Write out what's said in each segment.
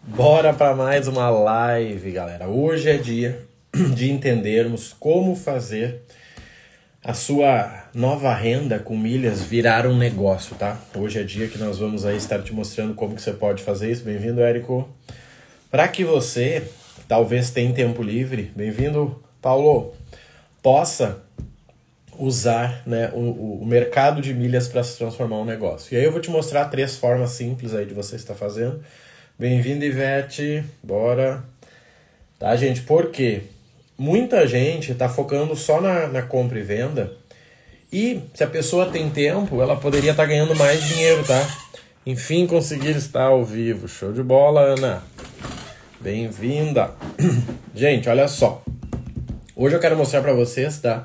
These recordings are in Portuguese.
Bora para mais uma live, galera. Hoje é dia de entendermos como fazer a sua nova renda com milhas virar um negócio, tá? Hoje é dia que nós vamos aí estar te mostrando como que você pode fazer isso. Bem-vindo, Érico. Para que você, talvez tenha tempo livre, bem-vindo, Paulo, possa usar, né, o mercado de milhas para se transformar em um negócio. E aí eu vou te mostrar 3 formas simples aí de você estar fazendo. Bem-vindo, Ivete. Bora. Tá, gente? Por quê? Muita gente está focando só na compra e venda e se a pessoa tem tempo, ela poderia estar ganhando mais dinheiro, tá? Enfim, conseguir estar ao vivo. Show de bola, Ana. Bem-vinda. Gente, olha só. Hoje eu quero mostrar para vocês, tá?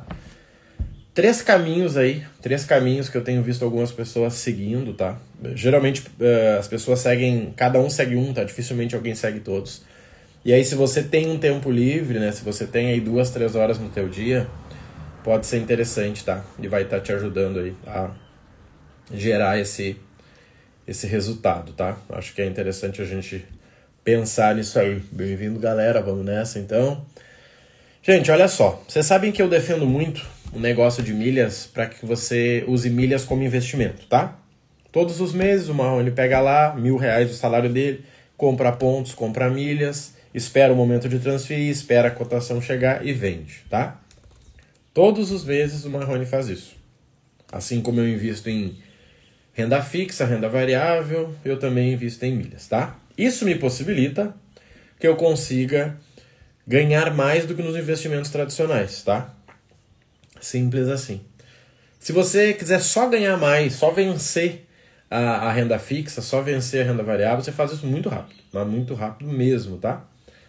3 caminhos aí, 3 caminhos que eu tenho visto algumas pessoas seguindo, tá? Geralmente as pessoas seguem, cada um segue um, tá? Dificilmente alguém segue todos. E aí se você tem um tempo livre, né? Se você tem aí 2, 3 horas no teu dia, pode ser interessante, tá? E vai estar te ajudando aí a gerar esse resultado, tá? Acho que é interessante a gente pensar nisso aí. Bem-vindo, galera, vamos nessa então. Gente, olha só, vocês sabem que eu defendo muito o negócio de milhas para que você use milhas como investimento, tá? Todos os meses o Marrone pega lá R$1.000 do salário dele, compra pontos, compra milhas, espera o momento de transferir, espera a cotação chegar e vende, tá? Todos os meses o Marrone faz isso. Assim como eu invisto em renda fixa, renda variável, eu também invisto em milhas, tá? Isso me possibilita que eu consiga ganhar mais do que nos investimentos tradicionais, tá? Simples assim. Se você quiser só ganhar mais, só vencer a renda fixa, só vencer a renda variável, você faz isso muito rápido, mas muito rápido mesmo, tá?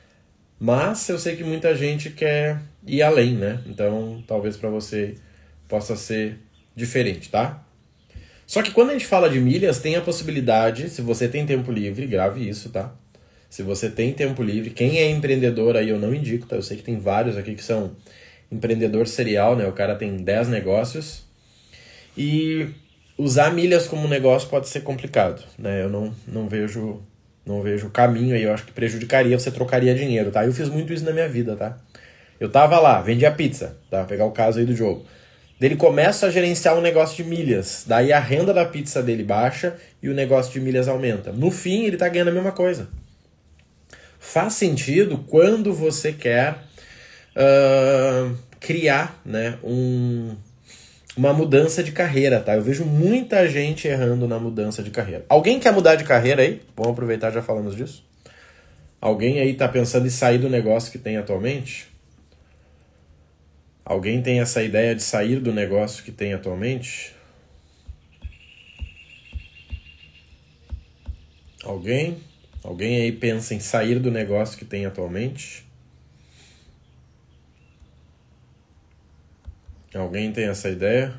Mas eu sei que muita gente quer ir além, né? Então, talvez para você possa ser diferente, tá? Só que quando a gente fala de milhas, tem a possibilidade, se você tem tempo livre, grave isso, tá? Se você tem tempo livre, quem é empreendedor aí eu não indico, tá? Eu sei que tem vários aqui que são empreendedor serial, né? O cara tem 10 negócios e usar milhas como negócio pode ser complicado, né? Eu não vejo caminho aí, eu acho que prejudicaria, você trocaria dinheiro, tá? Eu fiz muito isso na minha vida, tá? Eu tava lá, vendia pizza, tá? Vou pegar o caso aí do jogo. Ele começa a gerenciar um negócio de milhas, daí a renda da pizza dele baixa e o negócio de milhas aumenta. No fim, ele tá ganhando a mesma coisa. Faz sentido quando você quer criar, né, uma mudança de carreira, tá? Eu vejo muita gente errando na mudança de carreira. Alguém quer mudar de carreira aí? Vamos aproveitar, já falamos disso. Alguém aí tá pensando em sair do negócio que tem atualmente? Alguém tem essa ideia de sair do negócio que tem atualmente? Alguém? Alguém aí pensa em sair do negócio que tem atualmente? Alguém tem essa ideia?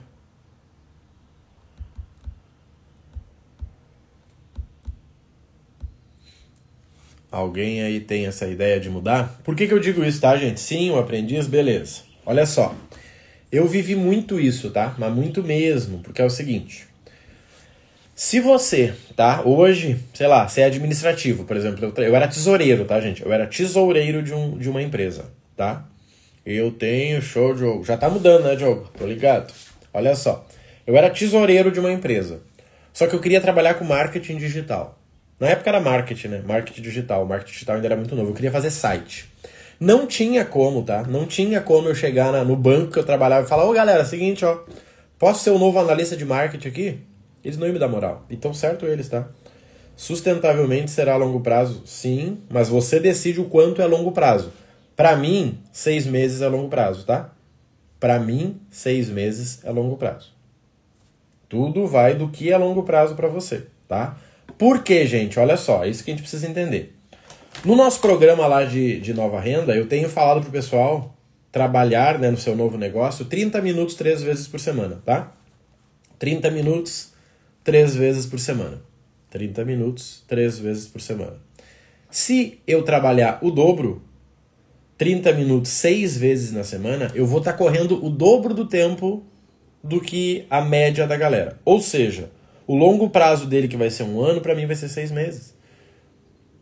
Alguém aí tem essa ideia de mudar? Por que eu digo isso, tá, gente? Sim, o aprendiz, beleza. Olha só, eu vivi muito isso, tá? Mas muito mesmo, porque é o seguinte. Se você, tá, hoje, sei lá, você é administrativo, por exemplo, eu era tesoureiro, tá, gente? Eu era tesoureiro de uma empresa, tá? Eu tenho show, Diogo. Já tá mudando, né, Diogo? Tô ligado. Olha só. Eu era tesoureiro de uma empresa. Só que eu queria trabalhar com marketing digital. Na época era marketing, né? Marketing digital. O marketing digital ainda era muito novo. Eu queria fazer site. Não tinha como, tá? Não tinha como eu chegar no banco que eu trabalhava e falar: ô, galera, seguinte, ó. Posso ser o novo analista de marketing aqui? Eles não iam me dar moral. E tão certo eles, tá? Sustentavelmente será a longo prazo? Sim. Mas você decide o quanto é longo prazo. Pra mim, 6 meses é longo prazo, tá? Pra mim, 6 meses é longo prazo. Tudo vai do que é longo prazo pra você, tá? Por quê, gente? Olha só, é isso que a gente precisa entender. No nosso programa lá de nova renda, eu tenho falado pro pessoal trabalhar, né, no seu novo negócio 30 minutos 3 vezes por semana, tá? 30 minutos 3 vezes por semana. 30 minutos 3 vezes por semana. Se eu trabalhar o dobro, 30 minutos 6 vezes na semana, eu vou estar correndo o dobro do tempo do que a média da galera. Ou seja, o longo prazo dele, que vai ser 1 ano, para mim vai ser 6 meses.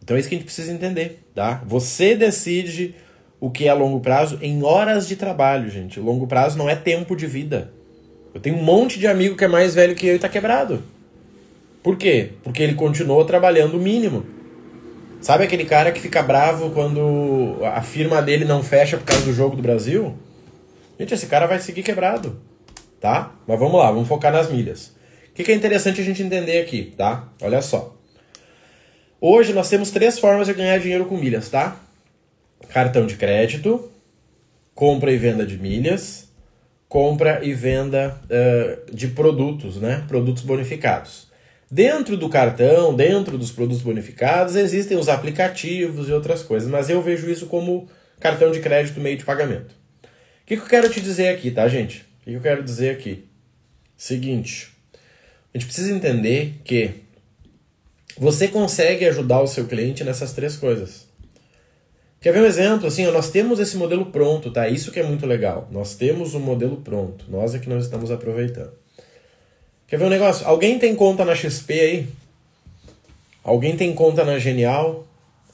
Então é isso que a gente precisa entender, tá? Você decide o que é longo prazo em horas de trabalho, gente. Longo prazo não é tempo de vida. Eu tenho um monte de amigo que é mais velho que eu e tá quebrado. Por quê? Porque ele continuou trabalhando o mínimo. Sabe aquele cara que fica bravo quando a firma dele não fecha por causa do jogo do Brasil? Gente, esse cara vai seguir quebrado, tá? Mas vamos lá, vamos focar nas milhas. O que é interessante a gente entender aqui, tá? Olha só. Hoje nós temos 3 formas de ganhar dinheiro com milhas, tá? Cartão de crédito, compra e venda de milhas, compra e venda de produtos, né? Produtos bonificados. Dentro do cartão, dentro dos produtos bonificados, existem os aplicativos e outras coisas, mas eu vejo isso como cartão de crédito meio de pagamento. O que eu quero te dizer aqui, tá, gente? O que eu quero dizer aqui? Seguinte, a gente precisa entender que você consegue ajudar o seu cliente nessas 3 coisas. Quer ver um exemplo? Assim, nós temos esse modelo pronto, tá? Isso que é muito legal. Nós temos um modelo pronto. Nós é que não estamos aproveitando. Quer ver um negócio? Alguém tem conta na XP aí? Alguém tem conta na Genial?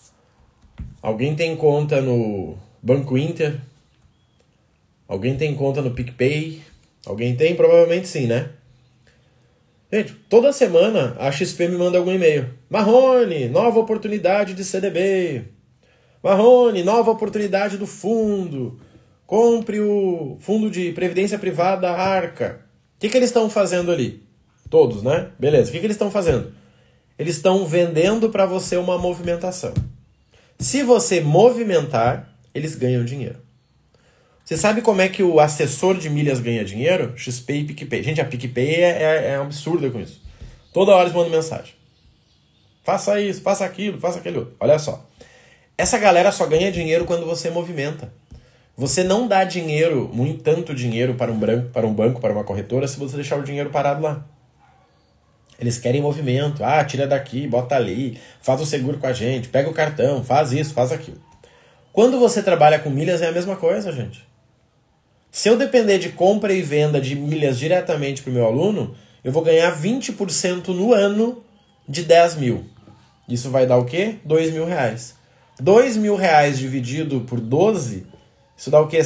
Alguém tem conta no Banco Inter? Alguém tem conta no PicPay? Alguém tem? Provavelmente sim, né? Gente, toda semana a XP me manda algum e-mail. Marrone, nova oportunidade de CDB. Marrone, nova oportunidade do fundo. Compre o fundo de previdência privada Arca. O que eles estão fazendo ali? Todos, né? Beleza. O que eles estão fazendo? Eles estão vendendo para você uma movimentação. Se você movimentar, eles ganham dinheiro. Você sabe como é que o assessor de milhas ganha dinheiro? XP e PicPay. Gente, a PicPay é absurda com isso. Toda hora eles mandam mensagem. Faça isso, faça aquilo, faça aquele outro. Olha só. Essa galera só ganha dinheiro quando você movimenta. Você não dá dinheiro, tanto dinheiro para um banco, para uma corretora, se você deixar o dinheiro parado lá. Eles querem movimento. Ah, tira daqui, bota ali, faz o seguro com a gente, pega o cartão, faz isso, faz aquilo. Quando você trabalha com milhas é a mesma coisa, gente. Se eu depender de compra e venda de milhas diretamente para o meu aluno, eu vou ganhar 20% no ano de 10 mil. Isso vai dar o quê? 2 mil reais. 2 mil reais dividido por 12, isso dá o quê?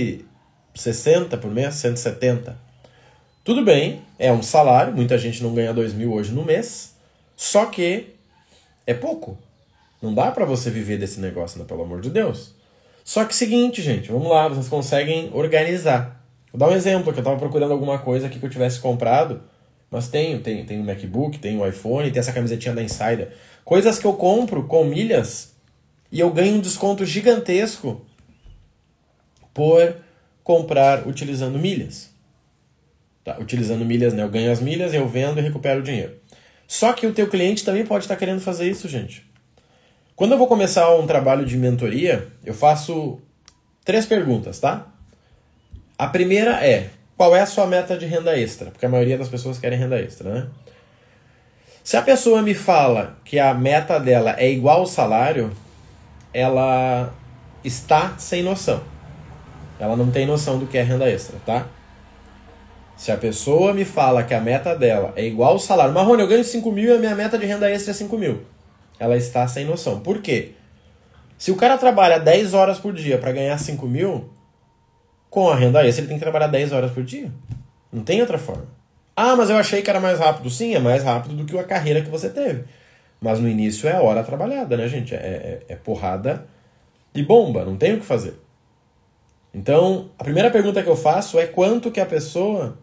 160 por mês? 170. Tudo bem, é um salário, muita gente não ganha 2 mil hoje no mês, só que é pouco. Não dá para você viver desse negócio, né? Pelo amor de Deus. Só que seguinte, gente, vamos lá, vocês conseguem organizar. Vou dar um exemplo, que eu estava procurando alguma coisa aqui que eu tivesse comprado, mas tem um MacBook, tem um iPhone, tem essa camisetinha da Insider. Coisas que eu compro com milhas e eu ganho um desconto gigantesco por comprar utilizando milhas. Tá, utilizando milhas, né? Eu ganho as milhas, eu vendo e recupero o dinheiro. Só que o teu cliente também pode estar querendo fazer isso, gente. Quando eu vou começar um trabalho de mentoria, eu faço 3 perguntas, tá? A primeira é, qual é a sua meta de renda extra? Porque a maioria das pessoas querem renda extra, né? Se a pessoa me fala que a meta dela é igual ao salário, ela está sem noção. Ela não tem noção do que é renda extra, tá? Se a pessoa me fala que a meta dela é igual ao salário, Marrone, eu ganho 5 mil e a minha meta de renda extra é 5 mil. Ela está sem noção. Por quê? Se o cara trabalha 10 horas por dia para ganhar 5 mil, com a renda extra ele tem que trabalhar 10 horas por dia. Não tem outra forma. Ah, mas eu achei que era mais rápido. Sim, é mais rápido do que a carreira que você teve. Mas no início é hora trabalhada, né, gente? É porrada de bomba, não tem o que fazer. Então, a primeira pergunta que eu faço é quanto que a pessoa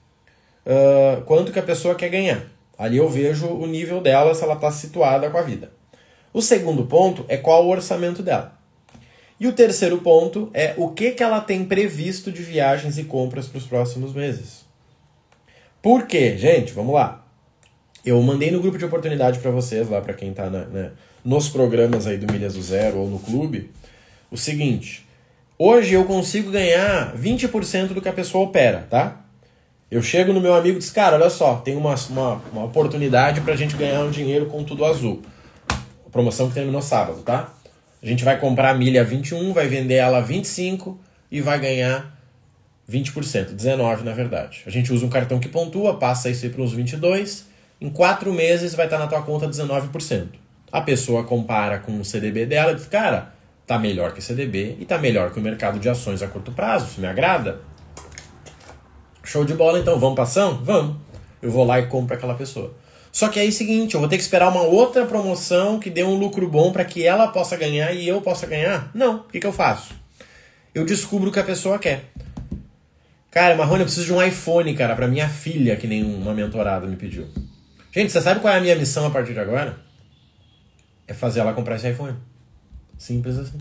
quer ganhar. Ali eu vejo o nível dela, se ela está situada com a vida. O segundo ponto é qual o orçamento dela. E o terceiro ponto é o que ela tem previsto de viagens e compras para os próximos meses. Por quê? Gente, vamos lá. Eu mandei no grupo de oportunidade para vocês, lá para quem está nos programas aí do Milhas do Zero ou no clube, o seguinte. Hoje eu consigo ganhar 20% do que a pessoa opera, tá? Eu chego no meu amigo e diz, cara, olha só, tem uma oportunidade pra gente ganhar um dinheiro com Tudo Azul. Promoção que terminou sábado, tá? A gente vai comprar a milha 21, vai vender ela a 25 e vai ganhar 20%, 19% na verdade. A gente usa um cartão que pontua, passa isso aí para uns 22, em 4 meses vai estar na tua conta 19%. A pessoa compara com o CDB dela e diz, cara, tá melhor que o CDB e tá melhor que o mercado de ações a curto prazo, isso me agrada. Show de bola, então, vamos pra ação? Vamos. Eu vou lá e compro aquela pessoa. Só que aí é o seguinte, eu vou ter que esperar uma outra promoção que dê um lucro bom para que ela possa ganhar e eu possa ganhar? Não. O que eu faço? Eu descubro o que a pessoa quer. Cara, Marrone, eu preciso de um iPhone, cara, pra minha filha, que nem uma mentorada me pediu. Gente, você sabe qual é a minha missão a partir de agora? É fazer ela comprar esse iPhone. Simples assim.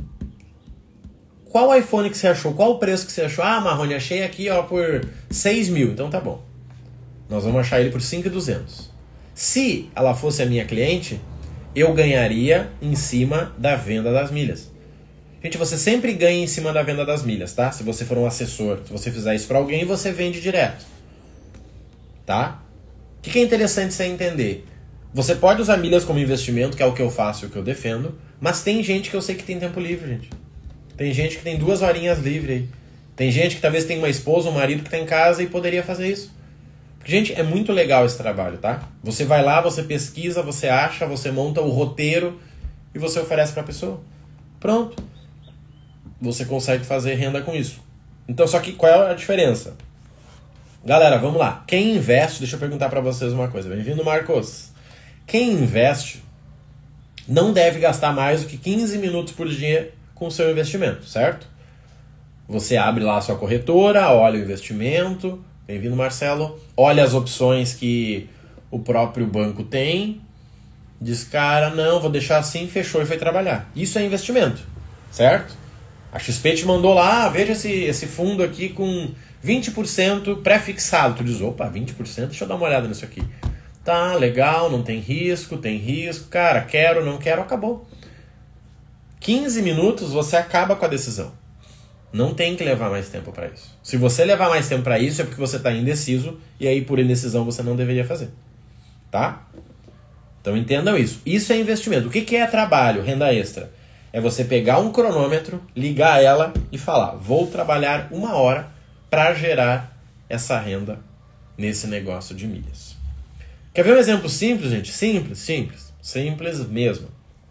Qual iPhone que você achou? Qual o preço que você achou? Ah, Marrone, achei aqui ó, por 6 mil. Então tá bom. Nós vamos achar ele por 5.200. Se ela fosse a minha cliente, eu ganharia em cima da venda das milhas. Gente, você sempre ganha em cima da venda das milhas, tá? Se você for um assessor, se você fizer isso para alguém, você vende direto. Tá? O que é interessante você entender? Você pode usar milhas como investimento, que é o que eu faço e o que eu defendo, mas tem gente que eu sei que tem tempo livre, gente. Tem gente que tem 2 horinhas livre aí. Tem gente que talvez tem uma esposa ou um marido que está em casa e poderia fazer isso. Gente, é muito legal esse trabalho, tá? Você vai lá, você pesquisa, você acha, você monta o roteiro e você oferece para a pessoa. Pronto. Você consegue fazer renda com isso. Então, só que qual é a diferença? Galera, vamos lá. Quem investe, deixa eu perguntar para vocês uma coisa. Bem-vindo, Marcos. Quem investe não deve gastar mais do que 15 minutos por dia com o seu investimento, certo? Você abre lá a sua corretora, olha o investimento. Bem-vindo, Marcelo. Olha as opções que o próprio banco tem. Diz, cara, não, vou deixar assim, fechou e foi trabalhar. Isso é investimento, certo? A XP te mandou lá, veja esse fundo aqui com 20% pré-fixado. Tu diz, opa, 20%? Deixa eu dar uma olhada nisso aqui. Tá, legal, não tem risco, tem risco. Cara, quero, não quero, acabou. 15 minutos você acaba com a decisão. Não tem que levar mais tempo para isso. Se você levar mais tempo para isso é porque você está indeciso e aí por indecisão você não deveria fazer. Tá? Então entendam isso. Isso é investimento. O que é trabalho, renda extra? É você pegar um cronômetro, ligar ela e falar, vou trabalhar 1 hora para gerar essa renda nesse negócio de milhas. Quer ver um exemplo simples, gente? Simples mesmo.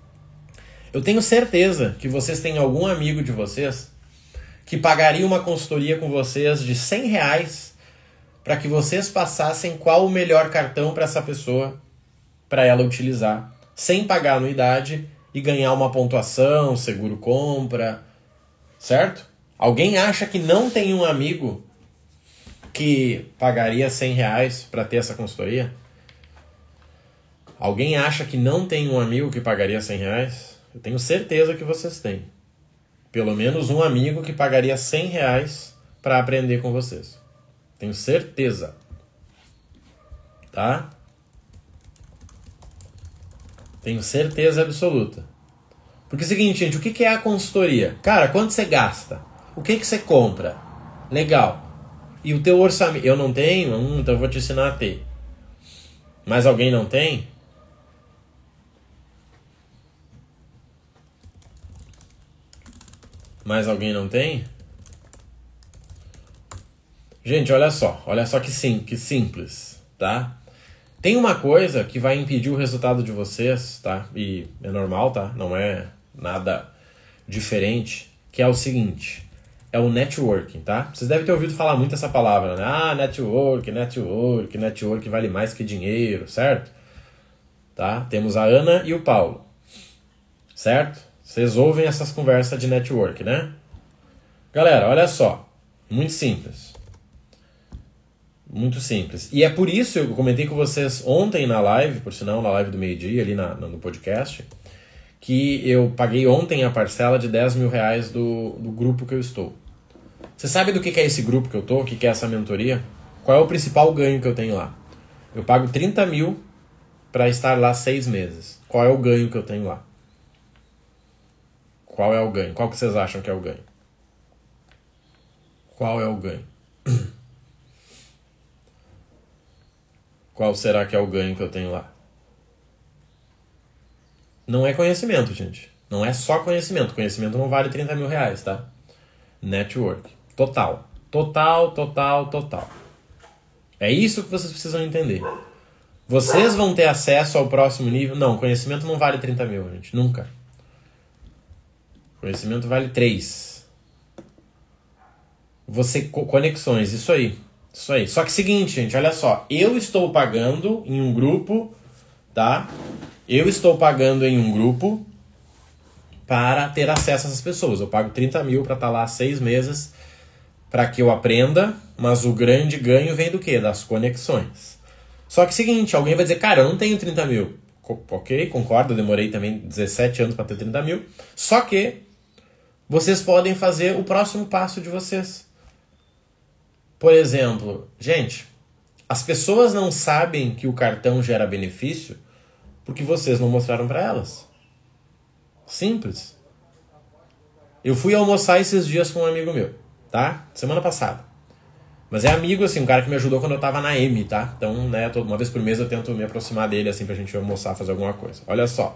Eu tenho certeza que vocês têm algum amigo de vocês que pagaria uma consultoria com vocês de R$100 para que vocês passassem qual o melhor cartão para essa pessoa, para ela utilizar, sem pagar anuidade e ganhar uma pontuação, seguro compra, certo? Alguém acha que não tem um amigo que pagaria R$100 para ter essa consultoria? Alguém acha que não tem um amigo que pagaria R$100? Eu tenho certeza que vocês têm. Pelo menos um amigo que pagaria R$100 para aprender com vocês. Tenho certeza. Tá? Tenho certeza absoluta. Porque é o seguinte, gente, o que é a consultoria? Cara, quanto você gasta? O que você compra? Legal. E o teu orçamento? Eu não tenho? Então eu vou te ensinar a ter. Mas alguém não tem? Mais alguém não tem? Gente, olha só que simples, tá? Tem uma coisa que vai impedir o resultado de vocês, tá? E é normal, tá? Não é nada diferente, que é o seguinte, é o networking, tá? Vocês devem ter ouvido falar muito essa palavra, né? Ah, network vale mais que dinheiro, certo? Tá? Temos a Ana e o Paulo, certo? Vocês ouvem essas conversas de network, né? Galera, olha só. Muito simples. Muito simples. E é por isso eu comentei com vocês ontem na live, por sinal, na live do meio-dia, ali no podcast, que eu paguei ontem a parcela de R$10.000 do grupo que eu estou. Você sabe do que é esse grupo que eu estou? O que é essa mentoria? Qual é o principal ganho que eu tenho lá? Eu pago 30 mil para estar lá 6 meses. Qual é o ganho que eu tenho lá? Qual é o ganho? Qual que vocês acham que é o ganho? Qual é o ganho? Qual será que é o ganho que eu tenho lá? Não é conhecimento, gente. Não é só conhecimento. Conhecimento não vale R$30.000, tá? Network. Total. Total. É isso que vocês precisam entender. Vocês vão ter acesso ao próximo nível. Não, conhecimento não vale 30 mil, gente. Nunca. Conhecimento vale 3. Conexões, isso aí. Isso aí. Só que seguinte, gente, olha só. Eu estou pagando em um grupo, tá? Eu estou pagando em um grupo para ter acesso a essas pessoas. Eu pago 30 mil para estar lá 6 meses para que eu aprenda, mas o grande ganho vem do quê? Das conexões. Só que seguinte, alguém vai dizer, cara, eu não tenho 30 mil. Ok, concordo, eu demorei também 17 anos para ter 30 mil. Só que vocês podem fazer o próximo passo de vocês. Por exemplo, gente, as pessoas não sabem que o cartão gera benefício porque vocês não mostraram para elas. Simples. Eu fui almoçar esses dias com um amigo meu, tá? Semana passada. Mas é amigo, assim, um cara que me ajudou quando eu tava na M, tá? Então, né, uma vez por mês eu tento me aproximar dele, assim, pra gente almoçar, fazer alguma coisa. Olha só.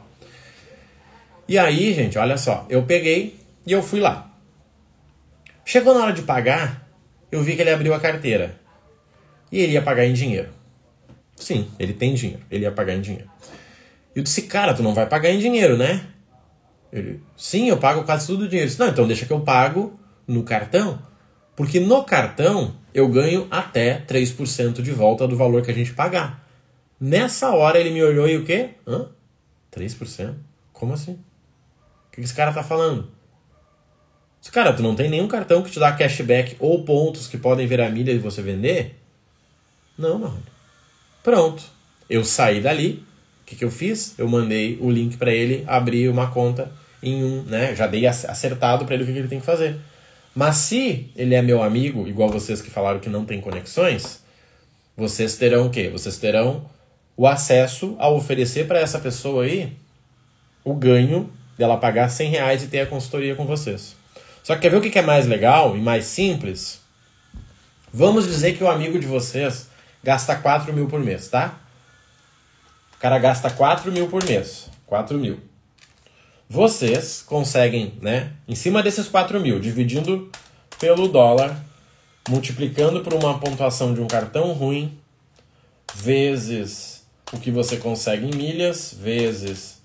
E aí, gente, olha só. Eu peguei e eu fui lá. Chegou na hora de pagar, eu vi que ele abriu a carteira. E ele ia pagar em dinheiro. Sim, ele tem dinheiro. Ele ia pagar em dinheiro. Eu disse, cara, tu não vai pagar em dinheiro, né? Ele, sim, eu pago quase tudo em dinheiro. Eu disse, não, então deixa que eu pago no cartão. Porque no cartão eu ganho até 3% de volta do valor que a gente pagar. Nessa hora ele me olhou e o quê? 3%? Como assim? O que esse cara tá falando? Cara, tu não tem nenhum cartão que te dá cashback ou pontos que podem virar milha e você vender? Não, Marrone. Pronto. Eu saí dali. O que eu fiz? Eu mandei o link para ele abrir uma conta em um, né? Já dei acertado para ele o que ele tem que fazer. Mas se ele é meu amigo, igual vocês que falaram que não tem conexões, vocês terão o quê? Vocês terão o acesso a oferecer para essa pessoa aí o ganho dela pagar R$100 e ter a consultoria com vocês. Só que quer ver o que é mais legal e mais simples? Vamos dizer que o amigo de vocês gasta 4 mil por mês, tá? O cara gasta 4 mil por mês. 4 mil. Vocês conseguem, né? Em cima desses 4 mil, dividindo pelo dólar, multiplicando por uma pontuação de um cartão ruim, vezes o que você consegue em milhas, vezes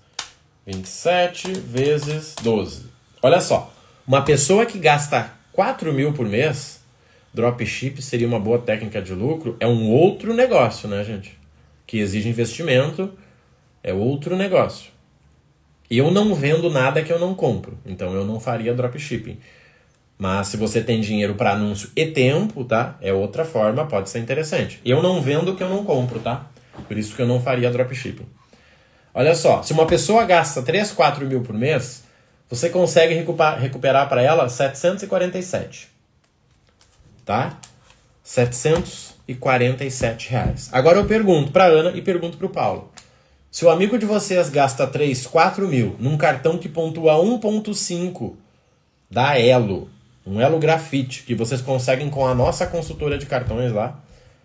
27, vezes 12. Olha só, uma pessoa que gasta 4 mil por mês, dropship seria uma boa técnica de lucro, é um outro negócio, né, gente? Que exige investimento, é outro negócio. Eu não vendo nada que eu não compro, então eu não faria dropshipping. Mas se você tem dinheiro para anúncio e tempo, tá? É outra forma, pode ser interessante. Eu não vendo o que eu não compro, tá? Por isso que eu não faria dropshipping. Olha só, se uma pessoa gasta 3, 4 mil por mês, você consegue recuperar para ela 747. Tá? 747 reais. Agora eu pergunto para Ana e pergunto para o Paulo. Se o amigo de vocês gasta 3, 4 mil num cartão que pontua 1.5 da Elo, um Elo Grafite, que vocês conseguem com a nossa consultora de cartões lá,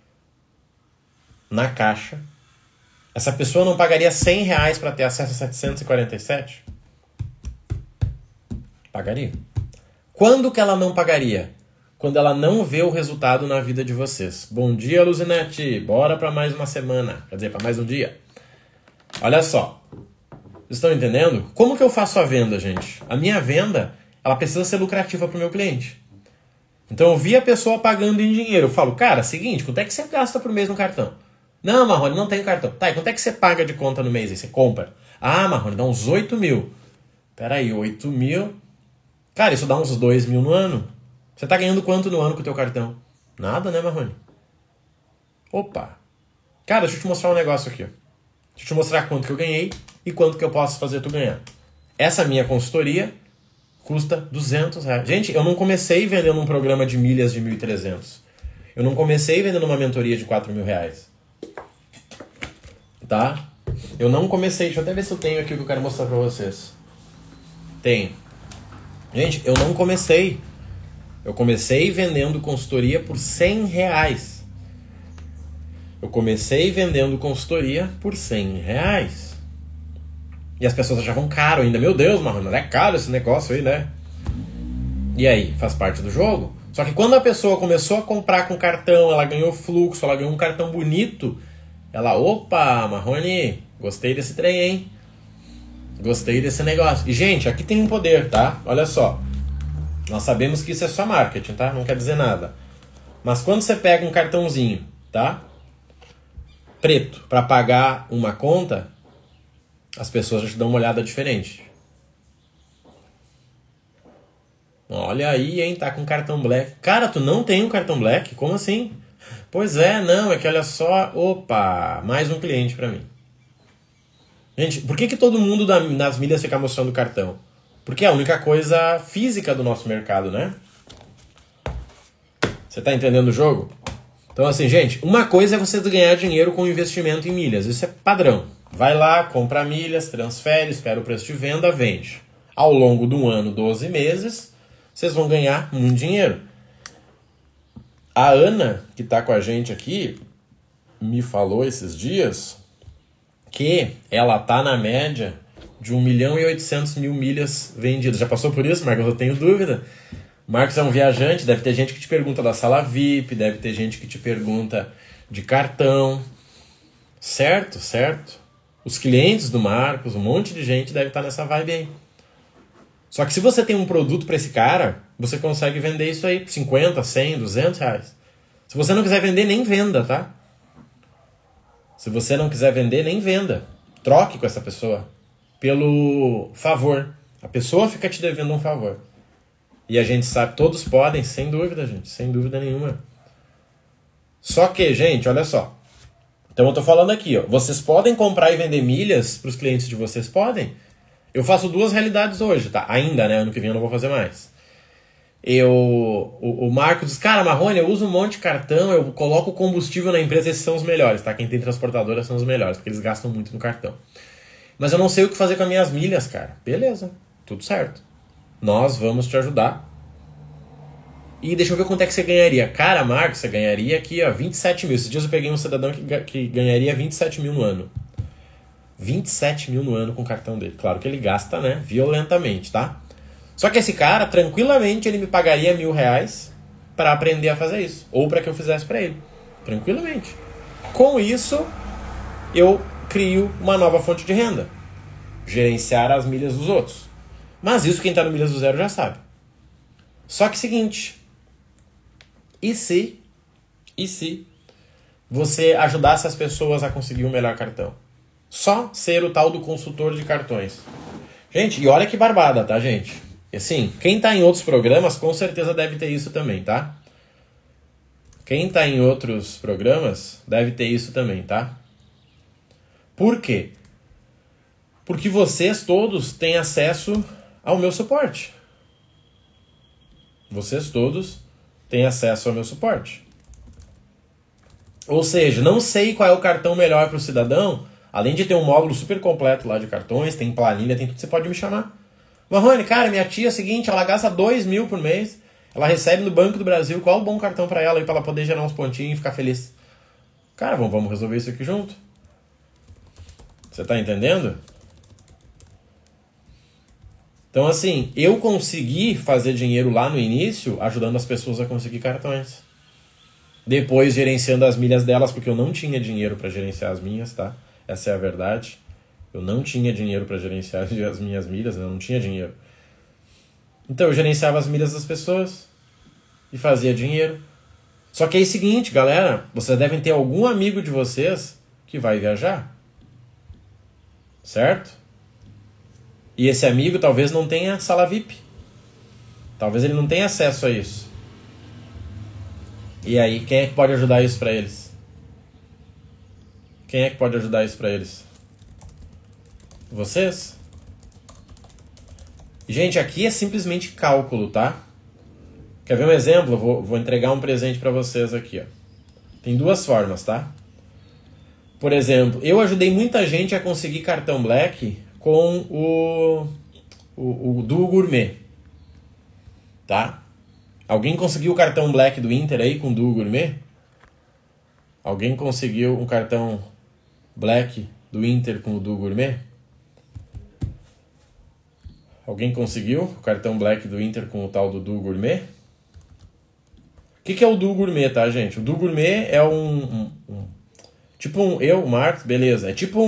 na caixa, essa pessoa não pagaria R$100 para ter acesso a 747? Pagaria. Quando que ela não pagaria? Quando ela não vê o resultado na vida de vocês. Bom dia, Luzinete. Bora para mais uma semana. Quer dizer, para mais um dia. Olha só. Vocês estão entendendo? Como que eu faço a venda, gente? A minha venda, ela precisa ser lucrativa para o meu cliente. Então eu vi a pessoa pagando em dinheiro. Eu falo, cara, seguinte, quanto é que você gasta por mês no cartão? Não, Marrone, não tem cartão. Tá, e quanto é que você paga de conta no mês? Aí você compra. Ah, Marrone, dá uns 8 mil. Peraí, 8 mil... Cara, isso dá uns 2 mil no ano. Você tá ganhando quanto no ano com o teu cartão? Nada, né, Marrone? Opa. Cara, deixa eu te mostrar um negócio aqui. Deixa eu te mostrar quanto que eu ganhei e quanto que eu posso fazer tu ganhar. Essa minha consultoria custa R$200. Gente, eu não comecei vendendo um programa de milhas de 1.300. Eu não comecei vendendo uma mentoria de R$4.000. Tá? Eu não comecei. Deixa eu até ver se eu tenho aqui o que eu quero mostrar pra vocês. Tem. Gente, eu não comecei. Eu comecei vendendo consultoria por R$100. Eu comecei vendendo consultoria por R$100. E as pessoas achavam caro ainda. Meu Deus, Marrone, é caro esse negócio aí, né? E aí, faz parte do jogo. Só que quando a pessoa começou a comprar com cartão, ela ganhou fluxo, ela ganhou um cartão bonito, Ela, opa, Marrone, gostei desse trem, hein? Gostei desse negócio. E, gente, aqui tem um poder, tá? Olha só. Nós sabemos que isso é só marketing, tá? Não quer dizer nada. Mas quando você pega um cartãozinho, tá? Preto, para pagar uma conta, as pessoas já te dão uma olhada diferente. Olha aí, hein? Tá com cartão black. Cara, tu não tem um cartão black? Como assim? Pois é, não. É que olha só... Opa, mais um cliente para mim. Gente, por que todo mundo nas milhas fica mostrando o cartão? Porque é a única coisa física do nosso mercado, né? Você tá entendendo o jogo? Então assim, gente, uma coisa é você ganhar dinheiro com investimento em milhas. Isso é padrão. Vai lá, compra milhas, transfere, espera o preço de venda, vende. Ao longo do ano, 12 meses, vocês vão ganhar muito dinheiro. A Ana, que tá com a gente aqui, me falou esses dias que ela tá na média de 1.800.000 milhas vendidas. Já passou por isso, Marcos? Eu tenho dúvida. Marcos é um viajante, deve ter gente que te pergunta da sala VIP, deve ter gente que te pergunta de cartão. Certo, certo. Os clientes do Marcos, um monte de gente deve estar nessa vibe aí. Só que se você tem um produto para esse cara, você consegue vender isso aí por 50, 100, 200 reais. Se você não quiser vender, nem venda, tá? Se você não quiser vender, nem venda. Troque com essa pessoa pelo favor. A pessoa fica te devendo um favor. E a gente sabe, todos podem, sem dúvida, gente, sem dúvida nenhuma. Só que, gente, olha só. Então eu tô falando aqui, ó. Vocês podem comprar e vender milhas para os clientes de vocês? Podem. Eu faço duas realidades hoje, tá? Ainda, né? Ano que vem eu não vou fazer mais. O Marco diz, cara, Marrone, eu uso um monte de cartão, eu coloco combustível na empresa, esses são os melhores, tá? Quem tem transportadora são os melhores, porque eles gastam muito no cartão. Mas eu não sei o que fazer com as minhas milhas, cara. Beleza, tudo certo. Nós vamos te ajudar. E deixa eu ver quanto é que você ganharia. Cara, Marcos, você ganharia aqui, ó, 27 mil. Esses dias eu peguei um cidadão que ganharia 27 mil no ano. 27 mil no ano com o cartão dele. Claro que ele gasta, né, violentamente, tá? Só que esse cara, tranquilamente, ele me pagaria R$1.000 para aprender a fazer isso. Ou para que eu fizesse para ele. Tranquilamente. Com isso, eu crio uma nova fonte de renda. Gerenciar as milhas dos outros. Mas isso quem está no Milhas do Zero já sabe. Só que seguinte, e se você ajudasse as pessoas a conseguir um melhor cartão? Só ser o tal do consultor de cartões. Gente, e olha que barbada, tá, gente? E assim, quem tá em outros programas com certeza deve ter isso também, tá? Quem tá em outros programas deve ter isso também, tá? Por quê? Porque vocês todos têm acesso ao meu suporte. Vocês todos têm acesso ao meu suporte. Ou seja, não sei qual é o cartão melhor para o cidadão, além de ter um módulo super completo lá de cartões, tem planilha, tem tudo, você pode me chamar. Marrone, cara, minha tia é a seguinte, ela gasta 2 mil por mês, ela recebe no Banco do Brasil, qual o bom cartão para ela aí, para ela poder gerar uns pontinhos e ficar feliz? Cara, vamos resolver isso aqui junto. Você tá entendendo? Então, assim, eu consegui fazer dinheiro lá no início, ajudando as pessoas a conseguir cartões. Depois, gerenciando as milhas delas, porque eu não tinha dinheiro para gerenciar as minhas, tá? Essa é a verdade. Eu não tinha dinheiro para gerenciar as minhas milhas, né? Eu não tinha dinheiro. Então, eu gerenciava as milhas das pessoas e fazia dinheiro. Só que é o seguinte, galera, vocês devem ter algum amigo de vocês que vai viajar. Certo? E esse amigo talvez não tenha sala VIP. Talvez ele não tenha acesso a isso. E aí, quem é que pode ajudar isso para eles? Quem é que pode ajudar isso para eles? Vocês? Gente, aqui é simplesmente cálculo, tá? Quer ver um exemplo? Eu vou entregar um presente para vocês aqui, ó. Tem duas formas, tá? Por exemplo, eu ajudei muita gente a conseguir cartão Black com o Duo Gourmet, tá? Alguém conseguiu o cartão Black do Inter aí com o Duo Gourmet? Alguém conseguiu um cartão Black do Inter com o Duo Gourmet? Alguém conseguiu o cartão Black do Inter com o tal do Duo Gourmet? O que é o Duo Gourmet, tá, gente? O Duo Gourmet é Tipo o Marcos, beleza. É tipo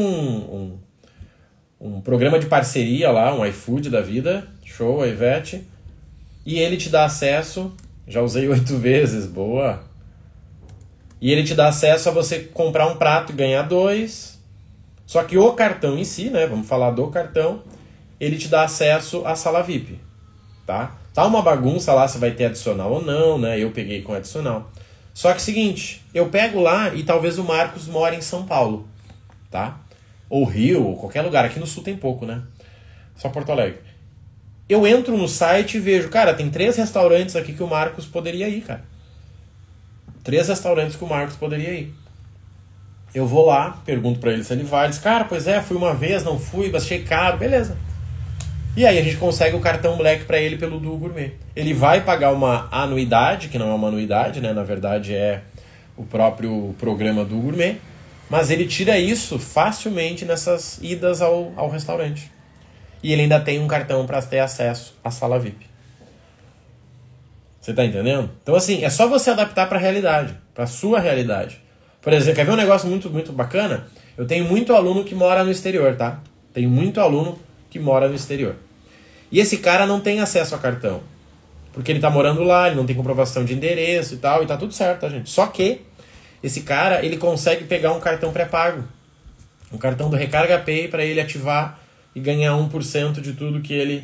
um programa de parceria lá, um iFood da vida. Show, a Ivete. E ele te dá acesso, já usei 8 vezes, boa. E ele te dá acesso a você comprar um prato e ganhar 2. Só que o cartão em si, né, vamos falar do cartão, ele te dá acesso à sala VIP, tá? Tá uma bagunça lá se vai ter adicional ou não, né? Eu peguei com adicional. Só que seguinte, eu pego lá e talvez o Marcos mora em São Paulo, tá? Ou Rio, ou qualquer lugar. Aqui no Sul tem pouco, né? Só Porto Alegre. Eu entro no site e vejo, cara, tem 3 restaurantes aqui que o Marcos poderia ir, cara. 3 restaurantes que o Marcos poderia ir. Eu vou lá, pergunto pra ele se ele vai. Ele diz, cara, pois é, fui uma vez, não fui, achei caro, beleza. E aí a gente consegue o cartão Black pra ele pelo Duo Gourmet. Ele vai pagar uma anuidade, que não é uma anuidade, né? Na verdade é o próprio programa do Gourmet. Mas ele tira isso facilmente nessas idas ao restaurante. E ele ainda tem um cartão para ter acesso à sala VIP. Você tá entendendo? Então assim, é só você adaptar para a realidade, para a sua realidade. Por exemplo, quer ver um negócio muito, muito bacana? Eu tenho muito aluno que mora no exterior, tá? Tenho muito aluno que mora no exterior. E esse cara não tem acesso a cartão. Porque ele tá morando lá, ele não tem comprovação de endereço e tal, e tá tudo certo, tá, gente? Só que esse cara, ele consegue pegar um cartão pré-pago. Um cartão do Recarga Pay para ele ativar e ganhar 1% de tudo que ele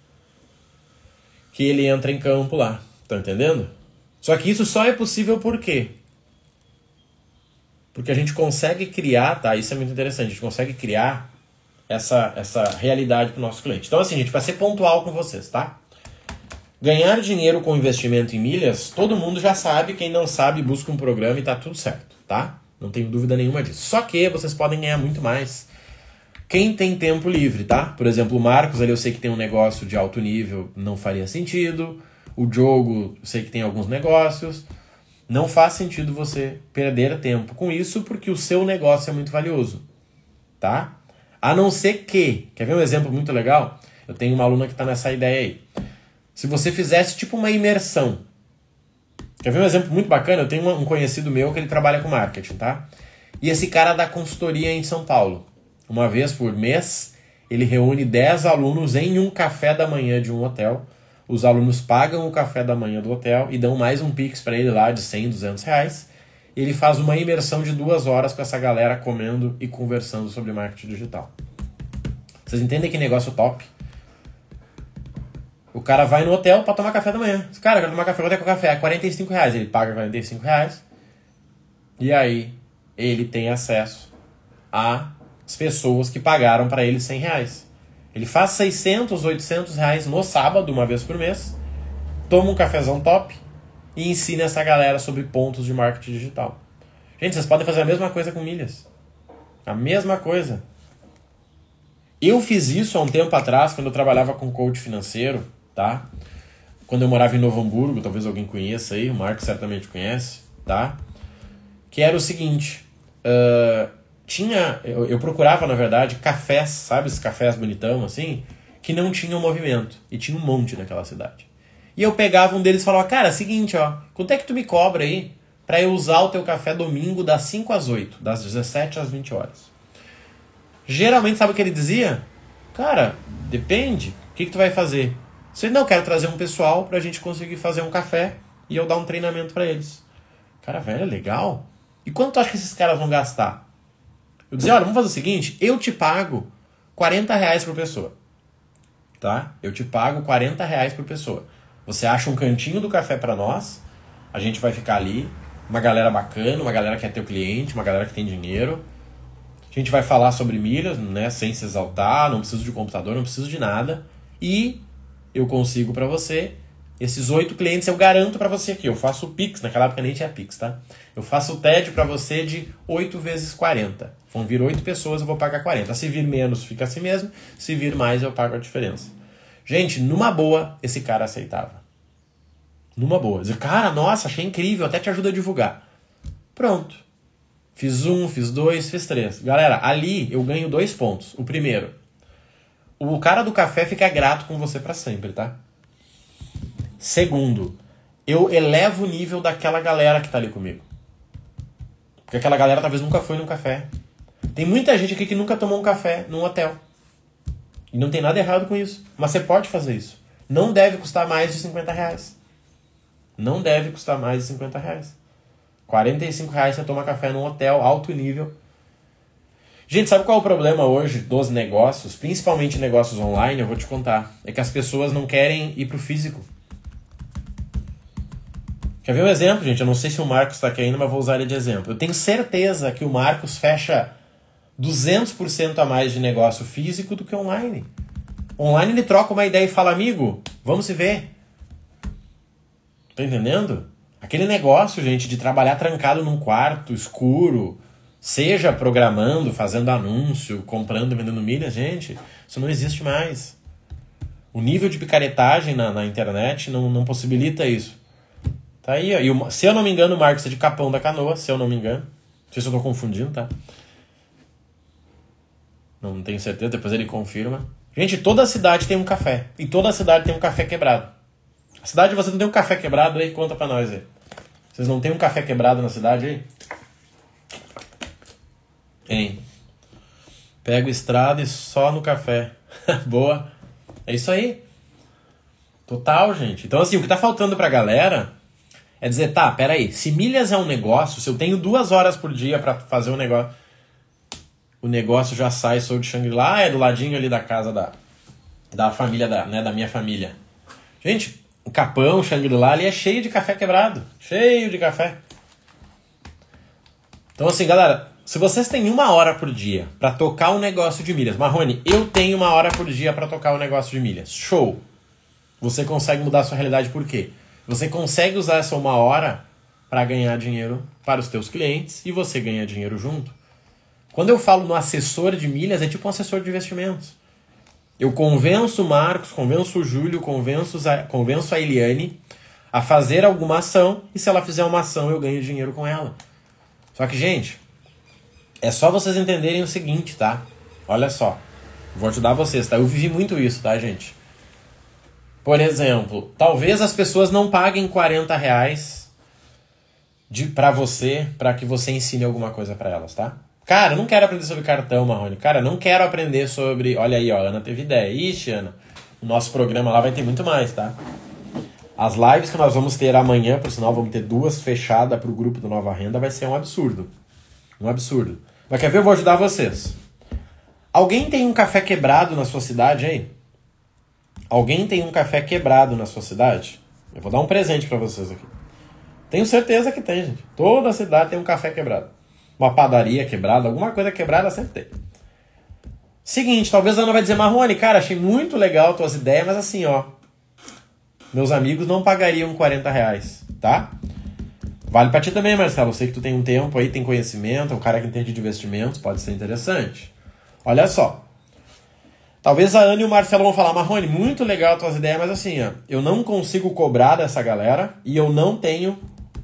entra em campo lá. Tá entendendo? Só que isso só é possível por quê? Porque a gente consegue criar, tá? Isso é muito interessante. A gente consegue criar essa realidade para o nosso cliente. Então assim, gente, para ser pontual com vocês, tá? Ganhar dinheiro com investimento em milhas, todo mundo já sabe. Quem não sabe, busca um programa e tá tudo certo, tá? Não tenho dúvida nenhuma disso. Só que vocês podem ganhar muito mais. Quem tem tempo livre, tá? Por exemplo, o Marcos, ali eu sei que tem um negócio de alto nível, não faria sentido. O Diogo, eu sei que tem alguns negócios. Não faz sentido você perder tempo com isso, porque o seu negócio é muito valioso, tá? A não ser que, quer ver um exemplo muito legal? Eu tenho uma aluna que está nessa ideia aí. Se você fizesse tipo uma imersão. Quer ver um exemplo muito bacana? Eu tenho um conhecido meu que ele trabalha com marketing, tá? E esse cara dá consultoria em São Paulo. Uma vez por mês, ele reúne 10 alunos em um café da manhã de um hotel. Os alunos pagam o café da manhã do hotel e dão mais um Pix para ele lá de 100, 200 reais. Ele faz uma imersão de 2 horas com essa galera comendo e conversando sobre marketing digital. Vocês entendem que negócio top? O cara vai no hotel para tomar café da manhã. Cara, eu quero tomar café, quanto é que é o café? É 45 reais. Ele paga 45 reais. E aí ele tem acesso às pessoas que pagaram para ele 100 reais. Ele faz 600, 800 reais no sábado, uma vez por mês. Toma um cafezão top e ensina essa galera sobre pontos de marketing digital. Gente, vocês podem fazer a mesma coisa com milhas. A mesma coisa. Eu fiz isso há um tempo atrás, quando eu trabalhava com coach financeiro, tá? Quando eu morava em Novo Hamburgo, talvez alguém conheça aí, o Marcos certamente conhece, tá? Que era o seguinte, eu procurava, na verdade, cafés, sabe esses cafés bonitão, assim, que não tinham movimento, e tinha um monte naquela cidade. E eu pegava um deles e falava, cara, seguinte, ó, quanto é que tu me cobra aí pra eu usar o teu café domingo das 5 às 8, das 17 às 20 horas? Geralmente, sabe o que ele dizia? Cara, depende, o que tu vai fazer? Se não, quero trazer um pessoal pra gente conseguir fazer um café e eu dar um treinamento pra eles. Cara, velho, é legal. E quanto tu acha que esses caras vão gastar? Eu dizia, olha, vamos fazer o seguinte, eu te pago 40 reais por pessoa. Tá? Eu te pago 40 reais por pessoa. Você acha um cantinho do café pra nós, a gente vai ficar ali, uma galera bacana, uma galera que é teu cliente, uma galera que tem dinheiro. A gente vai falar sobre milhas, né, sem se exaltar, não preciso de computador, não preciso de nada. E eu consigo pra você esses 8 clientes, eu garanto pra você aqui. Eu faço o Pix, naquela época nem tinha Pix, tá? Eu faço o TED pra você de 8 vezes 40. Vão vir 8 pessoas, eu vou pagar 40. Se vir menos, fica assim mesmo. Se vir mais, eu pago a diferença. Gente, numa boa, esse cara aceitava. Numa boa. Dizer, cara, nossa, achei incrível, até te ajuda a divulgar. Pronto. Fiz 1, fiz 2, fiz 3. Galera, ali eu ganho 2 pontos. O primeiro, o cara do café fica grato com você pra sempre, tá? Segundo, eu elevo o nível daquela galera que tá ali comigo. Porque Porque aquela galera talvez nunca foi num café. Tem muita gente aqui que nunca tomou um café num hotel. E não tem nada errado com isso. Mas você pode fazer isso. Não deve custar mais de R$50. Não deve custar mais de R$50. R$45 você toma café num hotel alto nível. Gente, sabe qual é o problema hoje dos negócios? Principalmente negócios online, eu vou te contar. É que as pessoas não querem ir pro físico. Quer ver um exemplo, gente? Eu não sei se o Marcos está aqui ainda, mas vou usar ele de exemplo. Eu tenho certeza que o Marcos fecha 200% a mais de negócio físico do que online. Online ele troca uma ideia e fala, amigo, vamos se ver. Tá entendendo? Aquele negócio, gente, de trabalhar trancado num quarto escuro, seja programando, fazendo anúncio, comprando, vendendo milhas, gente, isso não existe mais. O nível de picaretagem na internet não possibilita isso. Tá aí, ó. E se eu não me engano, o Marcos é de Capão da Canoa, se eu não me engano. Não sei se eu tô confundindo, tá? Não tenho certeza, depois ele confirma. Gente, toda cidade tem um café. E toda cidade tem um café quebrado. A cidade de vocês não tem um café quebrado aí? Conta pra nós aí. Vocês não tem um café quebrado na cidade aí? Hein? Pego estrada e só no café. Boa. É isso aí. Total, gente. Então, assim, o que tá faltando pra galera é dizer, tá, peraí, se milhas é um negócio, se eu tenho 2 horas por dia pra fazer um negócio, o negócio já sai, sou de Xangri-Lá, é do ladinho ali da casa da família, da minha família. Gente, o Capão, Xangri-Lá ali é cheio de café quebrado. Cheio de café. Então, assim, galera, se vocês têm 1 hora por dia pra tocar um negócio de milhas, Marrone, eu tenho 1 hora por dia pra tocar um negócio de milhas. Show! Você consegue mudar a sua realidade por quê? Você consegue usar essa 1 hora para ganhar dinheiro para os teus clientes e você ganha dinheiro junto. Quando eu falo no assessor de milhas, é tipo um assessor de investimentos. Eu convenço o Marcos, convenço o Júlio, convenço a Eliane a fazer alguma ação e se ela fizer uma ação eu ganho dinheiro com ela. Só que, gente, é só vocês entenderem o seguinte, tá? Olha só, vou ajudar vocês, tá? Eu vivi muito isso, tá, gente? Por exemplo, talvez as pessoas não paguem R$40 pra você, pra que você ensine alguma coisa pra elas, tá? Cara, eu não quero aprender sobre cartão, Marrone. Cara, eu não quero aprender sobre... Olha aí, ó, a Ana teve ideia. Ixi, Ana, o nosso programa lá vai ter muito mais, tá? As lives que nós vamos ter amanhã, por sinal, vamos ter 2 fechadas pro grupo do Nova Renda, vai ser um absurdo. Um absurdo. Mas quer ver? Eu vou ajudar vocês. Alguém tem um café quebrado na sua cidade aí? Alguém tem um café quebrado na sua cidade? Eu vou dar um presente pra vocês aqui. Tenho certeza que tem, gente. Toda cidade tem um café quebrado. Uma padaria quebrada, alguma coisa quebrada sempre tem. Seguinte, talvez a Ana vai dizer, Marrone, cara, achei muito legal tuas ideias, mas assim, ó, meus amigos não pagariam R$40, tá? Vale pra ti também, Marcelo. Eu sei que tu tem um tempo aí, tem conhecimento, é um cara que entende de investimentos, pode ser interessante. Olha só. Talvez a Ana e o Marcelo vão falar, Marrone, muito legal tuas ideias, mas assim, ó, eu não consigo cobrar dessa galera e eu não tenho,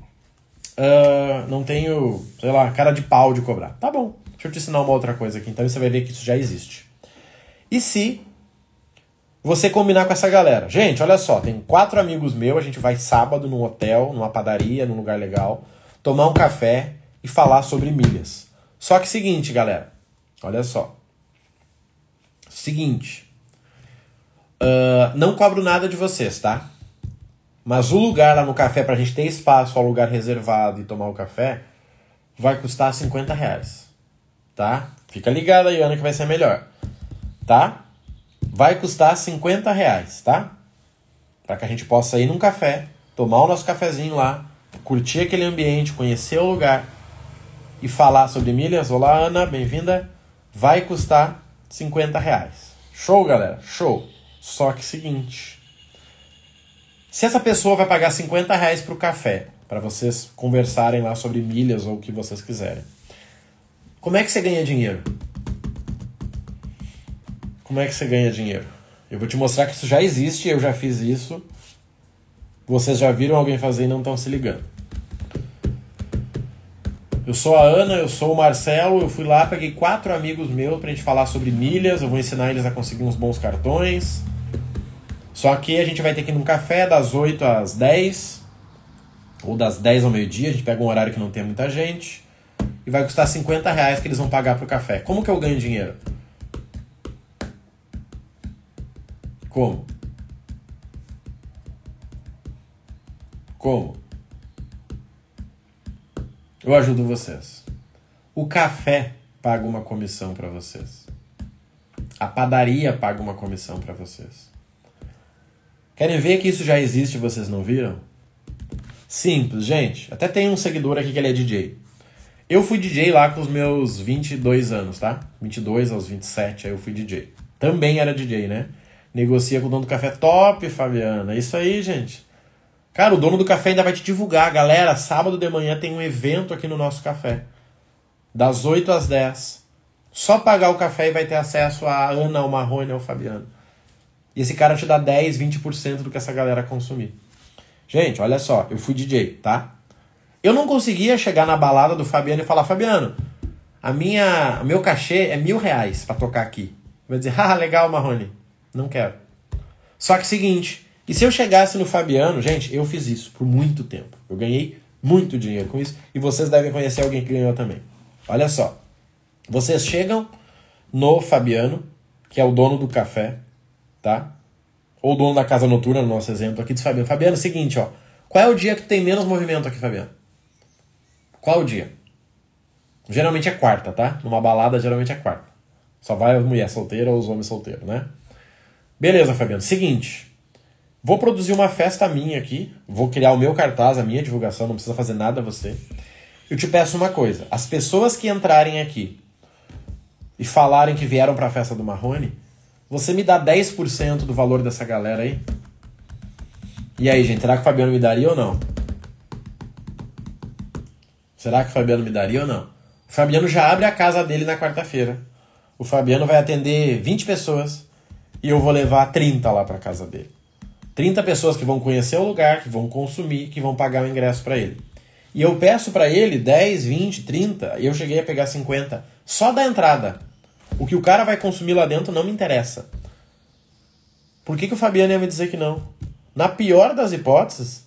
sei lá, cara de pau de cobrar. Tá bom, deixa eu te ensinar uma outra coisa aqui, então você vai ver que isso já existe. E se você combinar com essa galera? Gente, olha só, tem 4 amigos meus, a gente vai sábado num hotel, numa padaria, num lugar legal, tomar um café e falar sobre milhas. Só que seguinte, galera, olha só. Seguinte, não cobro nada de vocês, tá? Mas o lugar lá no café, pra gente ter espaço, ao lugar reservado e tomar o café, vai custar R$50, tá? Fica ligado aí, Ana, que vai ser melhor, tá? Vai custar R$50, tá? Pra que a gente possa ir num café, tomar o nosso cafezinho lá, curtir aquele ambiente, conhecer o lugar e falar sobre milhas. Olá, Ana, bem-vinda. Vai custar R$50. Show, galera? Show. Só que seguinte, se essa pessoa vai pagar R$50 pro café, para vocês conversarem lá sobre milhas ou o que vocês quiserem, como é que você ganha dinheiro? Como é que você ganha dinheiro? Eu vou te mostrar que isso já existe, eu já fiz isso. Vocês já viram alguém fazer e não estão se ligando. Eu sou a Ana, eu sou o Marcelo, eu fui lá, peguei 4 amigos meus pra gente falar sobre milhas, eu vou ensinar eles a conseguir uns bons cartões. Só que a gente vai ter que ir num café das 8 às 10, ou das 10 ao meio-dia, a gente pega um horário que não tem muita gente. e vai custar R$50 que eles vão pagar pro café. Como que eu ganho dinheiro? Como? Como? Eu ajudo vocês. O café paga uma comissão para vocês. A padaria paga uma comissão para vocês. Querem ver que isso já existe e vocês não viram? Simples, gente. Até tem um seguidor aqui que ele é DJ. Eu fui DJ lá com os meus 22 anos, tá? 22 aos 27, aí eu fui DJ. Também era DJ, né? Negocia com o dono do café. Top, Fabiana. Isso aí, gente. Cara, o dono do café ainda vai te divulgar. Galera, sábado de manhã tem um evento aqui no nosso café. Das 8 às 10. Só pagar o café e vai ter acesso a Ana, ao Marrone, ao Fabiano. E esse cara te dá 10, 20% do que essa galera consumir. Gente, olha só. Eu fui DJ, tá? Eu não conseguia chegar na balada do Fabiano e falar: Fabiano, o meu cachê é R$1.000 pra tocar aqui. Vai dizer: ah, legal, Marrone. Não quero. Só que seguinte... E se eu chegasse no Fabiano, gente, eu fiz isso por muito tempo. Eu ganhei muito dinheiro com isso. E vocês devem conhecer alguém que ganhou também. Olha só. Vocês chegam no Fabiano, que é o dono do café, tá? Ou o dono da casa noturna, no nosso exemplo aqui, diz: Fabiano. Fabiano, seguinte, ó. Qual é o dia que tem menos movimento aqui, Fabiano? Qual o dia? Geralmente é quarta, tá? Numa balada, geralmente é quarta. Só vai a mulher solteira ou os homens solteiros, né? Beleza, Fabiano. Seguinte... Vou produzir uma festa minha aqui, vou criar o meu cartaz, a minha divulgação, não precisa fazer nada você. Eu te peço uma coisa, as pessoas que entrarem aqui e falarem que vieram para a festa do Marrone, você me dá 10% do valor dessa galera aí? E aí, gente, será que o Fabiano me daria ou não? Será que o Fabiano me daria ou não? O Fabiano já abre a casa dele na quarta-feira. O Fabiano vai atender 20 pessoas e eu vou levar 30 lá para casa dele. 30 pessoas que vão conhecer o lugar, que vão consumir, que vão pagar o ingresso para ele. E eu peço para ele 10, 20, 30, e eu cheguei a pegar 50, só da entrada. O que o cara vai consumir lá dentro não me interessa. Por que o Fabiano ia me dizer que não? Na pior das hipóteses,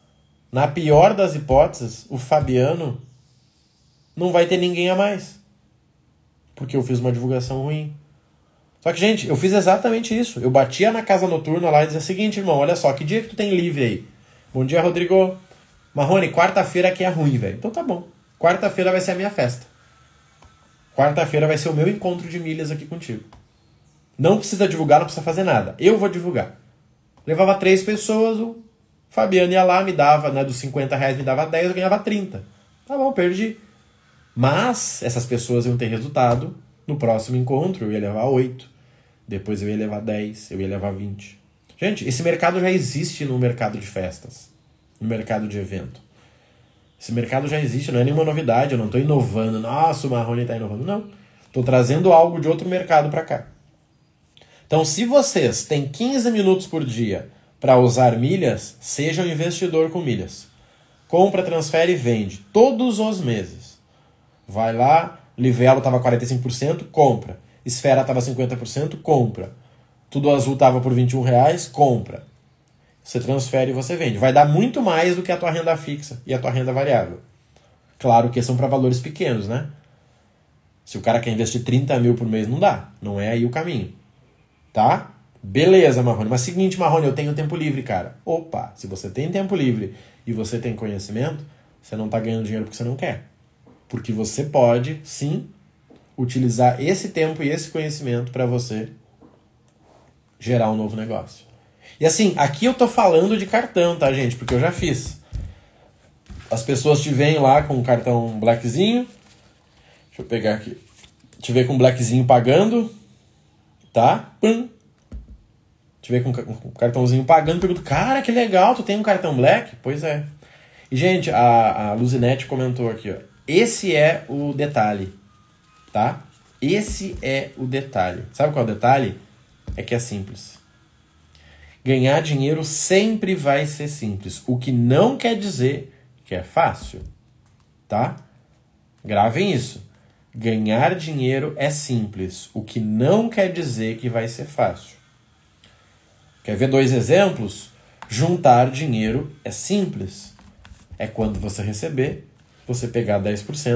o Fabiano não vai ter ninguém a mais. Porque eu fiz uma divulgação ruim. Só que, gente, eu fiz exatamente isso. Eu batia na casa noturna lá e dizia o seguinte: irmão, olha só, que dia que tu tem livre aí? Bom dia, Rodrigo. Marrone, quarta-feira aqui é ruim, velho. Então tá bom. Quarta-feira vai ser a minha festa. Quarta-feira vai ser o meu encontro de milhas aqui contigo. Não precisa divulgar, não precisa fazer nada. Eu vou divulgar. Levava 3 pessoas, o Fabiano ia lá, me dava, né, dos R$50 me dava 10, eu ganhava 30. Tá bom, perdi. Mas essas pessoas iam ter resultado. No próximo encontro eu ia levar 8, depois eu ia levar 10, eu ia levar 20. Gente, esse mercado já existe no mercado de festas, no mercado de evento. Esse mercado já existe, não é nenhuma novidade, eu não estou inovando. Nossa, o Marrone está inovando. Não, estou trazendo algo de outro mercado para cá. Então, se vocês têm 15 minutos por dia para usar milhas, seja um investidor com milhas. Compra, transfere e vende todos os meses. Vai lá, Livelo estava 45%, compra. Esfera estava 50%, compra. Tudo Azul estava por R$21, compra. Você transfere e você vende. Vai dar muito mais do que a tua renda fixa e a tua renda variável. Claro que são para valores pequenos, né? Se o cara quer investir 30 mil por mês, não dá. Não é aí o caminho. Tá? Beleza, Marrone. Mas seguinte, Marrone, eu tenho tempo livre, cara. Opa, se você tem tempo livre e você tem conhecimento, você não está ganhando dinheiro porque você não quer. Porque você pode, sim, utilizar esse tempo e esse conhecimento para você gerar um novo negócio. E assim, aqui eu tô falando de cartão, tá, gente? Porque eu já fiz. As pessoas te veem lá com um cartão blackzinho. Deixa eu pegar aqui. Te vê com um blackzinho pagando, tá? Pum. Te vê com um cartãozinho pagando, pergunta: cara, que legal, tu tem um cartão black? Pois é. E, gente, a Luzinete comentou aqui, ó. Esse é o detalhe, tá? Esse é o detalhe. Sabe qual é o detalhe? É que é simples. Ganhar dinheiro sempre vai ser simples. O que não quer dizer que é fácil, tá? Gravem isso. Ganhar dinheiro é simples. O que não quer dizer que vai ser fácil. Quer ver 2 exemplos? Juntar dinheiro é simples. É quando você receber, você pegar 10%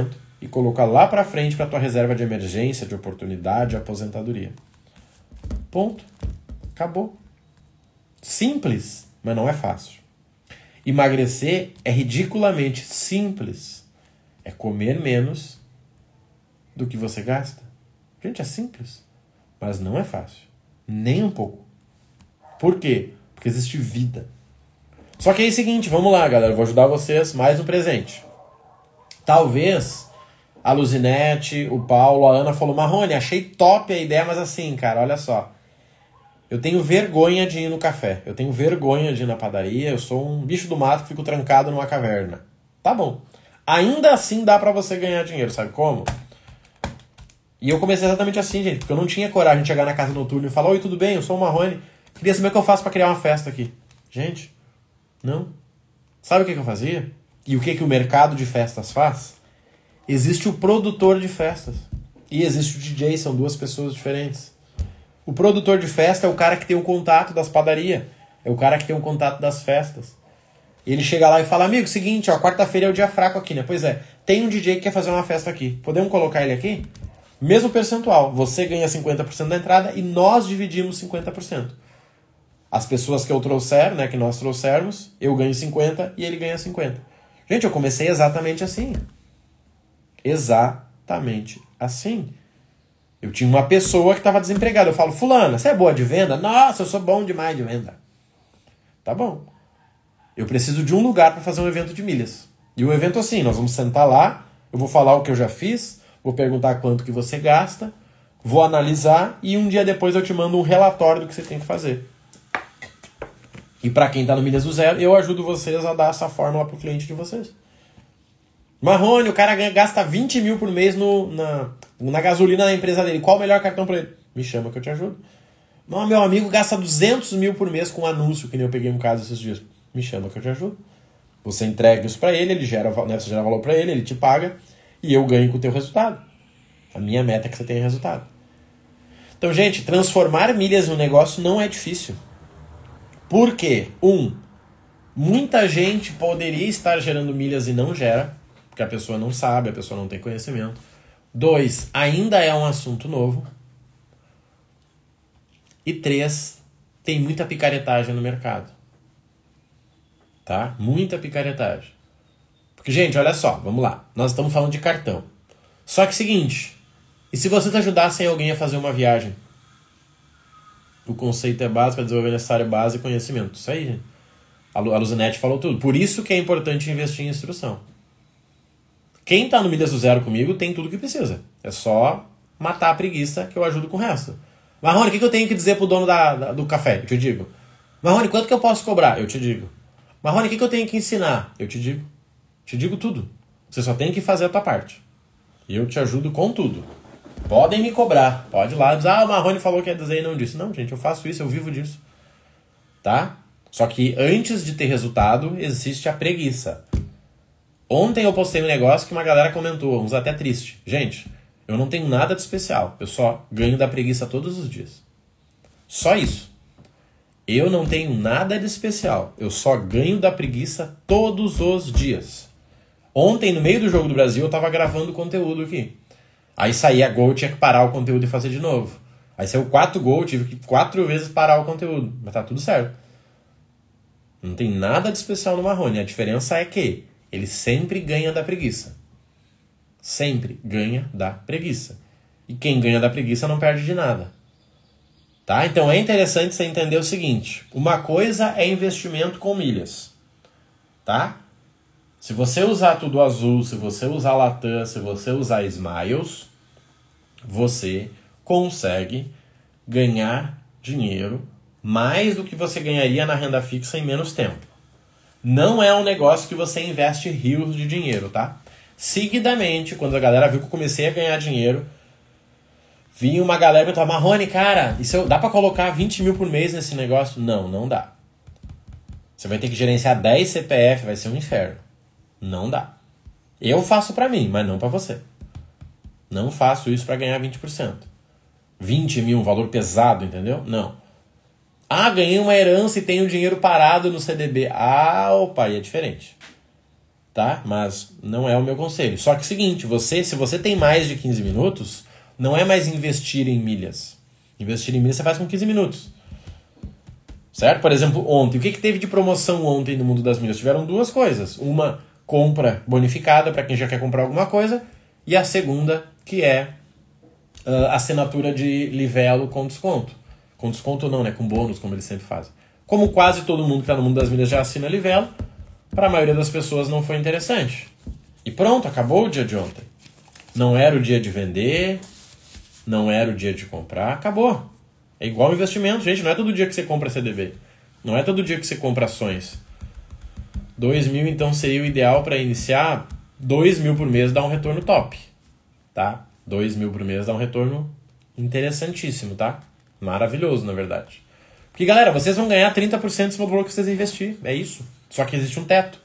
e colocar lá para frente para tua reserva de emergência, de oportunidade, de aposentadoria. Ponto. Acabou. Simples, mas não é fácil. Emagrecer é ridiculamente simples. É comer menos do que você gasta. Gente, é simples, mas não é fácil. Nem um pouco. Por quê? Porque existe vida. Só que é o seguinte, vamos lá, galera. Eu vou ajudar vocês mais um presente. Talvez a Luzinete, o Paulo, a Ana falou: Marrone, achei top a ideia, mas assim, cara, olha só. Eu tenho vergonha de ir no café. Eu tenho vergonha de ir na padaria. Eu sou um bicho do mato que fico trancado numa caverna. Tá bom. Ainda assim dá pra você ganhar dinheiro, sabe como? E eu comecei exatamente assim, gente, porque eu não tinha coragem de chegar na casa noturna e falar: oi, tudo bem? Eu sou o Marrone. Queria saber o que eu faço pra criar uma festa aqui. Gente, não. Sabe o que eu fazia? E o que o mercado de festas faz? Existe o produtor de festas e existe o DJ, são duas pessoas diferentes. O produtor de festa é o cara que tem o contato das padarias, é o cara que tem o contato das festas. Ele chega lá e fala: amigo, seguinte, ó, quarta-feira é o dia fraco aqui, né? Pois é, tem um DJ que quer fazer uma festa aqui. Podemos colocar ele aqui? Mesmo percentual, você ganha 50% da entrada e nós dividimos 50%. As pessoas que eu trouxer, né, que nós trouxermos, eu ganho 50% e ele ganha 50%. Gente, eu comecei exatamente assim. Exatamente assim. Eu tinha uma pessoa que estava desempregada. Eu falo: fulana, você é boa de venda? Nossa, eu sou bom demais de venda. Tá bom. Eu preciso de um lugar para fazer um evento de milhas. E o evento assim, nós vamos sentar lá, eu vou falar o que eu já fiz, vou perguntar quanto que você gasta, vou analisar e um dia depois eu te mando um relatório do que você tem que fazer. E para quem está no Milhas do Zero, eu ajudo vocês a dar essa fórmula para o cliente de vocês. Marrone, o cara gasta 20 mil por mês na gasolina da empresa dele. Qual o melhor cartão para ele? Me chama que eu te ajudo. Não, meu amigo gasta 200 mil por mês com anúncio, que nem eu peguei um caso esses dias. Me chama que eu te ajudo. Você entrega isso para ele, ele gera, né, você gera valor para ele, ele te paga e eu ganho com o teu resultado. A minha meta é que você tenha resultado. Então, gente, transformar milhas no negócio não é difícil. Por quê? Muita gente poderia estar gerando milhas e não gera, porque a pessoa não sabe, a pessoa não tem conhecimento. 2, ainda é um assunto novo. E 3, tem muita picaretagem no mercado. Tá? Muita picaretagem. Porque, gente, olha só, vamos lá. Nós estamos falando de cartão. Só que seguinte, e se vocês ajudassem alguém a fazer uma viagem? O conceito é básico, é desenvolver necessário base e conhecimento. Isso aí, gente. A Luzinete falou tudo. Por isso que é importante investir em instrução. Quem tá no Milhas do Zero comigo tem tudo que precisa. É só matar a preguiça que eu ajudo com o resto. Marrone, o que eu tenho que dizer pro dono do café? Eu te digo. Marrone, quanto que eu posso cobrar? Eu te digo. Marrone, o que eu tenho que ensinar? Eu te digo. Te digo tudo. Você só tem que fazer a tua parte. E eu te ajudo com tudo. Podem me cobrar. Pode ir lá dizer: o Marrone falou que ia dizer e não disse. Não, gente, eu faço isso, eu vivo disso. Tá? Só que antes de ter resultado, existe a preguiça. Ontem eu postei um negócio que uma galera comentou, uns até triste. Gente, eu não tenho nada de especial. Eu só ganho da preguiça todos os dias. Só isso. Eu não tenho nada de especial. Eu só ganho da preguiça todos os dias. Ontem, no meio do Jogo do Brasil, eu tava gravando conteúdo aqui. Aí saía gol, eu tinha que parar o conteúdo e fazer de novo. Aí saiu 4 gols, eu tive que 4 vezes parar o conteúdo. Mas tá tudo certo. Não tem nada de especial no Marrone. A diferença é que ele sempre ganha da preguiça. Sempre ganha da preguiça. E quem ganha da preguiça não perde de nada. Tá? Então é interessante você entender o seguinte. Uma coisa é investimento com milhas. Tá? Se você usar Tudo Azul, se você usar Latam, se você usar Smiles, você consegue ganhar dinheiro mais do que você ganharia na renda fixa em menos tempo. Não é um negócio que você investe rios de dinheiro, tá? Seguidamente, quando a galera viu que eu comecei a ganhar dinheiro, vinha uma galera e perguntava: Marrone, cara, dá pra colocar 20 mil por mês nesse negócio? Não, não dá. Você vai ter que gerenciar 10 CPF, vai ser um inferno. Não dá. Eu faço pra mim, mas não pra você. Não faço isso pra ganhar 20%. 20 mil, um valor pesado, entendeu? Não. Ah, ganhei uma herança e tenho dinheiro parado no CDB. Ah, opa, aí é diferente. tá? Mas não é o meu conselho. Só que é o seguinte, se você tem mais de 15 minutos, não é mais investir em milhas. Investir em milhas você faz com 15 minutos. Certo? Por exemplo, ontem. O que teve de promoção ontem no mundo das milhas? Tiveram duas coisas. Uma, compra bonificada para quem já quer comprar alguma coisa. E a segunda, que é assinatura de Livelo com desconto. Com desconto não, né? Com bônus, como eles sempre fazem. Como quase todo mundo que está no mundo das milhas já assina Livelo, para a maioria das pessoas não foi interessante. E pronto, acabou o dia de ontem. Não era o dia de vender, não era o dia de comprar, acabou. É igual investimento, gente. Não é todo dia que você compra CDB. Não é todo dia que você compra ações. 2.000, então, seria o ideal para iniciar. 2.000 por mês dá um retorno top. Tá? 2.000 por mês dá um retorno interessantíssimo, tá? Maravilhoso, na verdade. Porque, galera, vocês vão ganhar 30% em cima do valor que vocês investir. É isso. Só que existe um teto.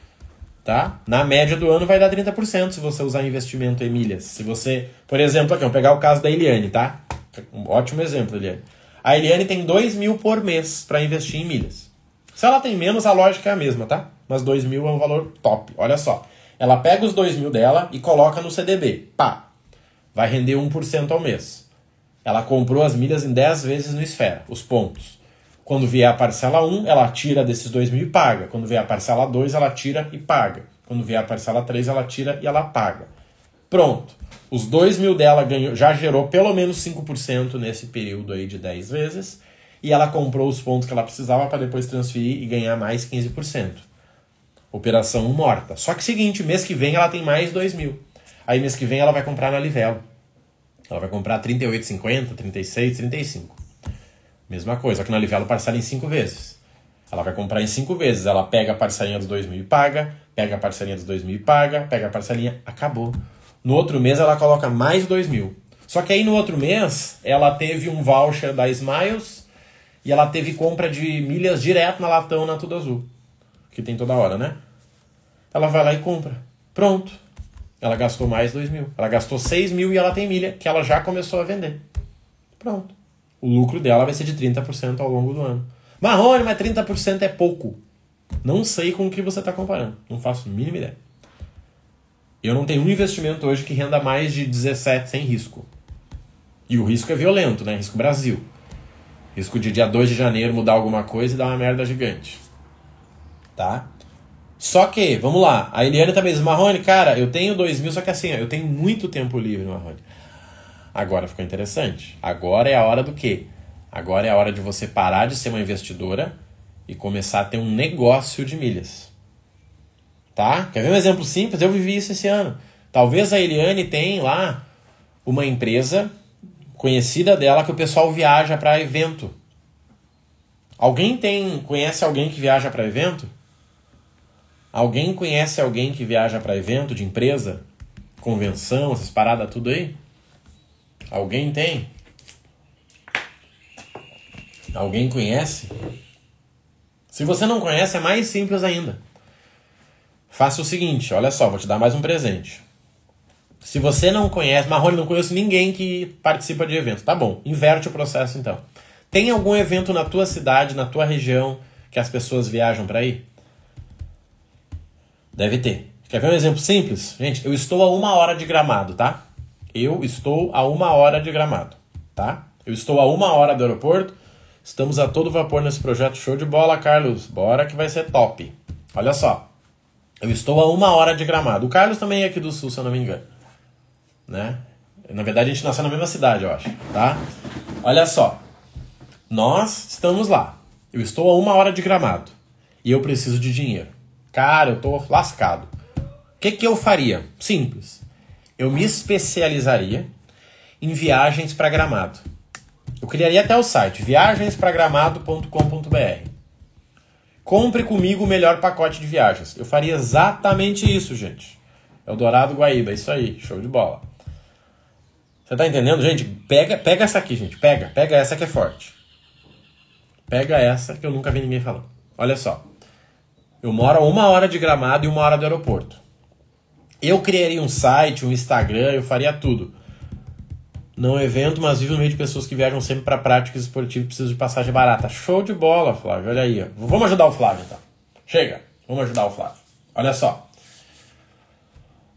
Tá? Na média do ano vai dar 30% se você usar investimento em milhas. Se você, por exemplo, aqui, vamos pegar o caso da Eliane, tá? Um ótimo exemplo, Eliane. A Eliane tem 2.000 por mês para investir em milhas. Se ela tem menos, a lógica é a mesma, tá? Mas 2.000 é um valor top. Olha só. Ela pega os 2.000 dela e coloca no CDB. Pá! Vai render 1% ao mês. Ela comprou as milhas em 10 vezes no Esfera, os pontos. Quando vier a parcela 1, ela tira desses 2.000 e paga. Quando vier a parcela 2, ela tira e paga. Quando vier a parcela 3, ela tira e ela paga. Pronto. Os 2.000 dela já gerou pelo menos 5% nesse período aí de 10 vezes. E ela comprou os pontos que ela precisava para depois transferir e ganhar mais 15%. Operação morta. Só que seguinte, mês que vem ela tem mais 2.000. Aí mês que vem ela vai comprar na Livelo. Ela vai comprar 38,50, 36, 35. Mesma coisa, só que na Livelo parcela em 5 vezes. Ela vai comprar em 5 vezes. Ela pega a parcelinha dos 2.000 e paga, pega a parcelinha dos 2.000 e paga, pega a parcelinha, acabou. No outro mês ela coloca mais 2.000. Só que aí no outro mês ela teve um voucher da Smiles e ela teve compra de milhas direto na Latam, na Tudo Azul. Que tem toda hora, né? Ela vai lá e compra. Pronto. Ela gastou mais 2.000. Ela gastou 6.000 e ela tem milha que ela já começou a vender. Pronto. O lucro dela vai ser de 30% ao longo do ano. Marrone, mas 30% é pouco. Não sei com o que você está comparando. Não faço a mínima ideia. Eu não tenho um investimento hoje que renda mais de 17 sem risco. E o risco é violento, né? Risco Brasil. Risco de dia 2 de janeiro mudar alguma coisa e dar uma merda gigante. Tá? Só que, vamos lá. A Eliane também diz, Marrone, cara, eu tenho 2.000, só que assim, eu tenho muito tempo livre, Marrone. Agora ficou interessante. Agora é a hora do quê? Agora é a hora de você parar de ser uma investidora e começar a ter um negócio de milhas. Tá? Quer ver um exemplo simples? Eu vivi isso esse ano. Talvez a Eliane tenha lá uma empresa conhecida dela que o pessoal viaja para evento. Conhece alguém que viaja para evento? Alguém conhece alguém que viaja para evento de empresa? Convenção, essas paradas tudo aí? Alguém tem? Alguém conhece? Se você não conhece, é mais simples ainda. Faça o seguinte, olha só, vou te dar mais um presente. Se você não conhece, Marrone, não conheço ninguém que participa de evento. Tá bom, inverte o processo então. Tem algum evento na tua cidade, na tua região, que as pessoas viajam para ir? Deve ter. Quer ver um exemplo simples? Gente, eu estou a 1 hora de Gramado, tá? Eu estou a 1 hora de Gramado, tá? Eu estou a 1 hora do aeroporto. Estamos a todo vapor nesse projeto. Show de bola, Carlos. Bora que vai ser top. Olha só. Eu estou a 1 hora de Gramado. O Carlos também é aqui do Sul, se eu não me engano. Né? Na verdade, a gente nasceu na mesma cidade, eu acho. Tá? Olha só. Nós estamos lá. Eu estou a 1 hora de Gramado. E eu preciso de dinheiro. Cara, eu tô lascado. O que eu faria? Simples. Eu me especializaria em viagens para Gramado. Eu criaria até o site viagenspragramado.com.br. Compre comigo o melhor pacote de viagens. Eu faria exatamente isso, gente. Eldorado Guaíba, isso aí, show de bola. Você tá entendendo, gente? Pega essa aqui, gente. Pega essa que é forte. Pega essa que eu nunca vi ninguém falando. Olha só. Eu moro a 1 hora de Gramado e 1 hora do aeroporto. Eu criaria um site, um Instagram, eu faria tudo. Não evento, mas vivo no meio de pessoas que viajam sempre para práticas esportivas e precisam de passagem barata. Show de bola, Flávio. Olha aí. Ó. Vamos ajudar o Flávio, então. Chega. Vamos ajudar o Flávio. Olha só.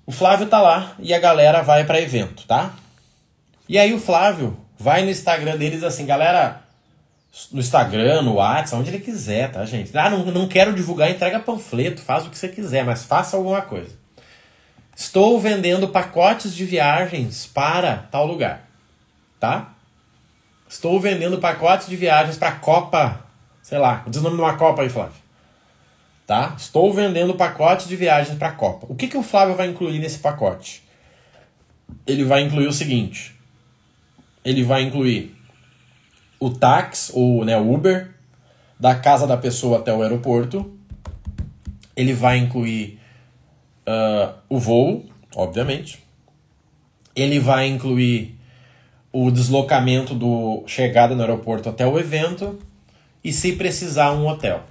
O Flávio tá lá e a galera vai para evento, tá? E aí o Flávio vai no Instagram deles assim, galera, no Instagram, no WhatsApp, onde ele quiser, tá, gente? Ah, não quero divulgar, entrega panfleto, faz o que você quiser, mas faça alguma coisa. Estou vendendo pacotes de viagens para tal lugar, tá? Estou vendendo pacotes de viagens para a Copa, sei lá, diz o nome de uma Copa aí, Flávio. Tá? Estou vendendo pacotes de viagens para a Copa. O que o Flávio vai incluir nesse pacote? Ele vai incluir o seguinte. Ele vai incluir o táxi, ou né, o Uber, da casa da pessoa até o aeroporto. Ele vai incluir o voo, obviamente. Ele vai incluir o deslocamento do chegada no aeroporto até o evento. E se precisar, um hotel.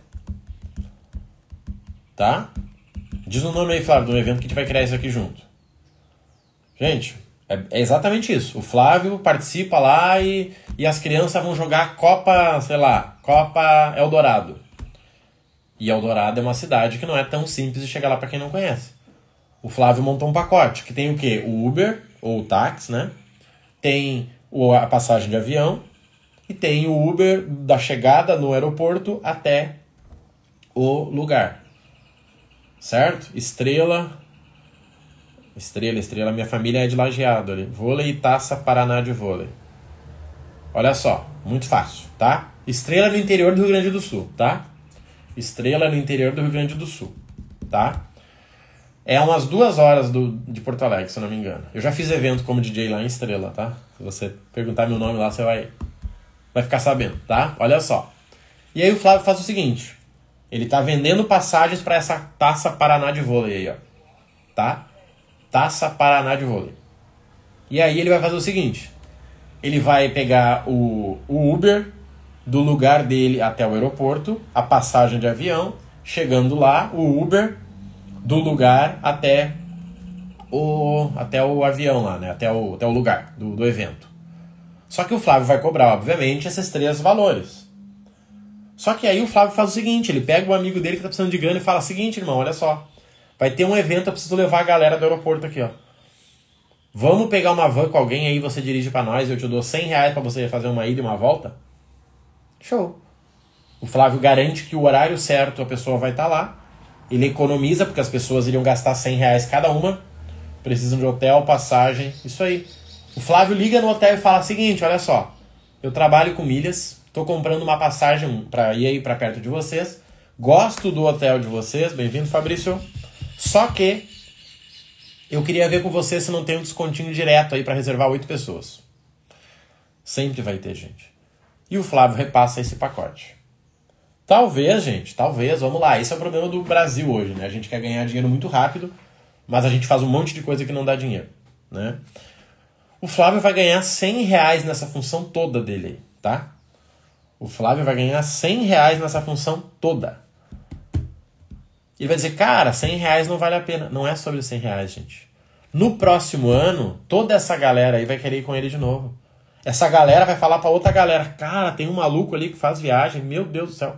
Tá? Diz o nome aí, Flávio, do evento que a gente vai criar isso aqui junto. Gente, é exatamente isso. O Flávio participa lá e as crianças vão jogar Copa, sei lá, Copa Eldorado. E Eldorado é uma cidade que não é tão simples de chegar lá para quem não conhece. O Flávio montou um pacote que tem o quê? O Uber, ou o táxi, né? Tem a passagem de avião e tem o Uber da chegada no aeroporto até o lugar. Certo? Estrela, minha família é de Lajeado ali. Vôlei e Taça Paraná de Vôlei. Olha só, muito fácil, tá? Estrela no interior do Rio Grande do Sul, tá? Estrela no interior do Rio Grande do Sul, tá? É umas 2 horas de Porto Alegre, se eu não me engano. Eu já fiz evento como DJ lá em Estrela, tá? Se você perguntar meu nome lá, você vai ficar sabendo, tá? Olha só. E aí o Flávio faz o seguinte. Ele tá vendendo passagens para essa Taça Paraná de Vôlei aí, ó. Tá? Taça Paraná de Vôlei. E aí ele vai fazer o seguinte. Ele vai pegar o Uber do lugar dele até o aeroporto, a passagem de avião, chegando lá, o Uber do lugar até o avião lá, né? Até o lugar do evento. Só que o Flávio vai cobrar, obviamente, esses 3 valores. Só que aí o Flávio faz o seguinte, ele pega o amigo dele que tá precisando de grana e fala, seguinte, irmão, olha só, vai ter um evento, eu preciso levar a galera do aeroporto aqui, ó. Vamos pegar uma van com alguém aí, você dirige pra nós, eu te dou R$100 pra você fazer uma ida e uma volta? Show. O Flávio garante que o horário certo a pessoa vai estar lá, ele economiza, porque as pessoas iriam gastar R$100 cada uma, precisam de hotel, passagem, isso aí. O Flávio liga no hotel e fala, seguinte, olha só, eu trabalho com milhas, tô comprando uma passagem para ir aí para perto de vocês. Gosto do hotel de vocês. Bem-vindo, Fabrício. Só que eu queria ver com você se não tem um descontinho direto aí para reservar 8 pessoas. Sempre vai ter, gente. E o Flávio repassa esse pacote. Talvez, gente, vamos lá. Esse é o problema do Brasil hoje, né? A gente quer ganhar dinheiro muito rápido, mas a gente faz um monte de coisa que não dá dinheiro, né? O Flávio vai ganhar R$100 nessa função toda dele aí, tá? O Flávio vai ganhar R$100 nessa função toda. Ele vai dizer, cara, R$100 não vale a pena. Não é sobre R$100, gente. No próximo ano, toda essa galera aí vai querer ir com ele de novo. Essa galera vai falar pra outra galera, cara, tem um maluco ali que faz viagem, meu Deus do céu.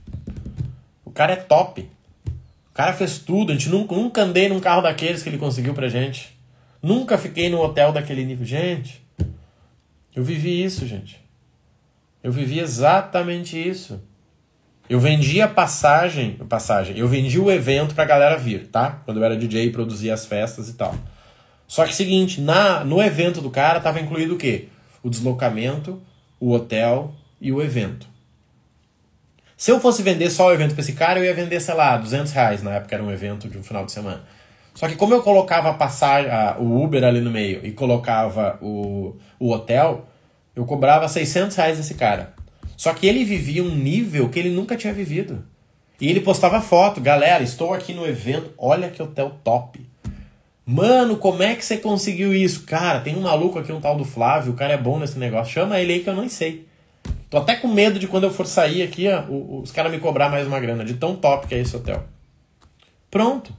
O cara é top. O cara fez tudo, a gente nunca andei num carro daqueles que ele conseguiu pra gente. Nunca fiquei num hotel daquele nível. Gente, eu vivi isso, gente. Eu vivi exatamente isso. Eu vendi a passagem, eu vendi o evento pra galera vir, tá? Quando eu era DJ e produzia as festas e tal. Só que seguinte, no evento do cara tava incluído o quê? O deslocamento, o hotel e o evento. Se eu fosse vender só o evento pra esse cara, eu ia vender, sei lá, R$200, na época era um evento de um final de semana. Só que como eu colocava a passagem, o Uber ali no meio e colocava o hotel, eu cobrava R$600 desse cara. Só que ele vivia um nível que ele nunca tinha vivido. E ele postava foto. Galera, estou aqui no evento. Olha que hotel top. Mano, como é que você conseguiu isso? Cara, tem um maluco aqui, um tal do Flávio. O cara é bom nesse negócio. Chama ele aí que eu não sei. Tô até com medo de quando eu for sair aqui, ó, os caras me cobrar mais uma grana. De tão top que é esse hotel. Pronto.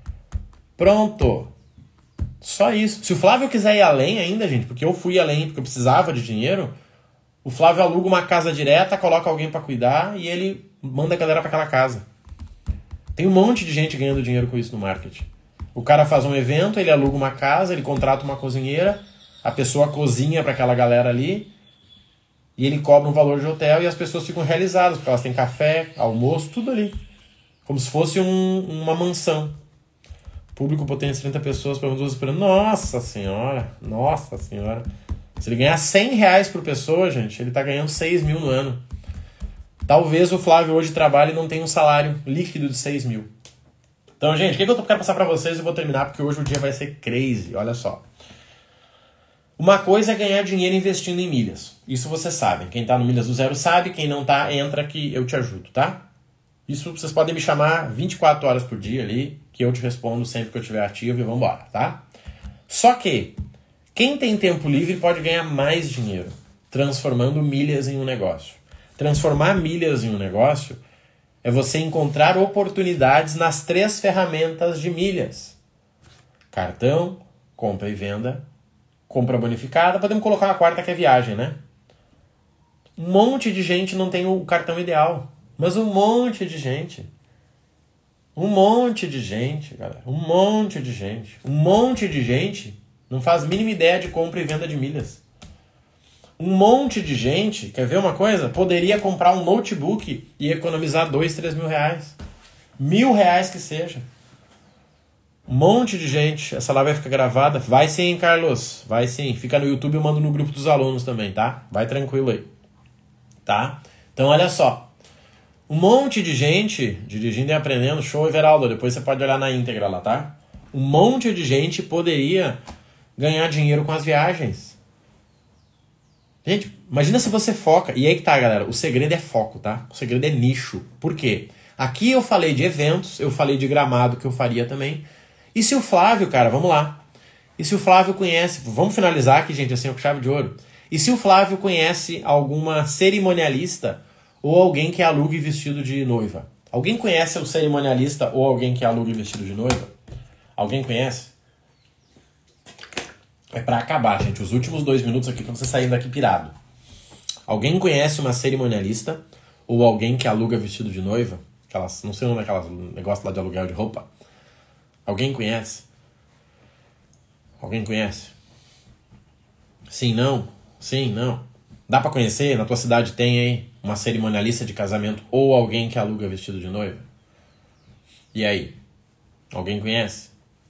Só isso. Se o Flávio quiser ir além ainda, gente, porque eu fui além porque eu precisava de dinheiro, o Flávio aluga uma casa direta, coloca alguém pra cuidar e ele manda a galera pra aquela casa. Tem um monte de gente ganhando dinheiro com isso no marketing. O cara faz um evento, ele aluga uma casa, ele contrata uma cozinheira, a pessoa cozinha para aquela galera ali e ele cobra um valor de hotel e as pessoas ficam realizadas, porque elas têm café, almoço, tudo ali. Como se fosse uma mansão. Público potência 30 pessoas, para duas esperando. Nossa senhora. Se ele ganhar R$100 por pessoa, gente, ele tá ganhando 6 mil no ano. Talvez o Flávio hoje trabalhe e não tenha um salário líquido de 6 mil. Então, gente, o que eu quero passar para vocês e vou terminar porque hoje o dia vai ser crazy. Olha só. Uma coisa é ganhar dinheiro investindo em milhas. Isso vocês sabem. Quem tá no Milhas do Zero sabe. Quem não tá, entra que eu te ajudo, tá? Isso vocês podem me chamar 24 horas por dia ali, que eu te respondo sempre que eu estiver ativo e vambora, tá? Só que quem tem tempo livre pode ganhar mais dinheiro transformando milhas em um negócio. Transformar milhas em um negócio é você encontrar oportunidades nas 3 ferramentas de milhas. Cartão, compra e venda, compra bonificada, podemos colocar a quarta que é viagem, né? Um monte de gente não tem o cartão ideal. Mas um monte de gente, galera, um monte de gente não faz a mínima ideia de compra e venda de milhas. Um monte de gente, quer ver uma coisa? Poderia comprar um notebook e economizar 2, 3 mil reais. R$1.000 que seja. Um monte de gente, essa live vai ficar gravada. Vai sim, Carlos, vai sim. Fica no YouTube, eu mando no grupo dos alunos também, tá? Vai tranquilo aí, tá? Então olha só. Um monte de gente dirigindo e aprendendo, show, Everaldo, depois você pode olhar na íntegra lá, tá? Um monte de gente poderia ganhar dinheiro com as viagens. Gente, imagina se você foca, e aí que tá, galera, o segredo é foco, tá? O segredo é nicho. Por quê? Aqui eu falei de eventos, eu falei de Gramado, que eu faria também. E se o Flávio, cara, vamos lá. E se o Flávio conhece, vamos finalizar aqui, gente, assim, com chave de ouro. E se o Flávio conhece alguma cerimonialista ou alguém que alugue vestido de noiva? Alguém conhece o cerimonialista ou alguém que alugue vestido de noiva? Alguém conhece? É pra acabar, gente. Os últimos 2 minutos aqui pra você sair daqui pirado. Alguém conhece uma cerimonialista ou alguém que aluga vestido de noiva? Aquelas, não sei o nome daquelas negócio lá de aluguel de roupa. Alguém conhece? Alguém conhece? Sim, não? Sim, não? Dá pra conhecer? Na tua cidade tem aí uma cerimonialista de casamento ou alguém que aluga vestido de noiva? E aí? Alguém conhece?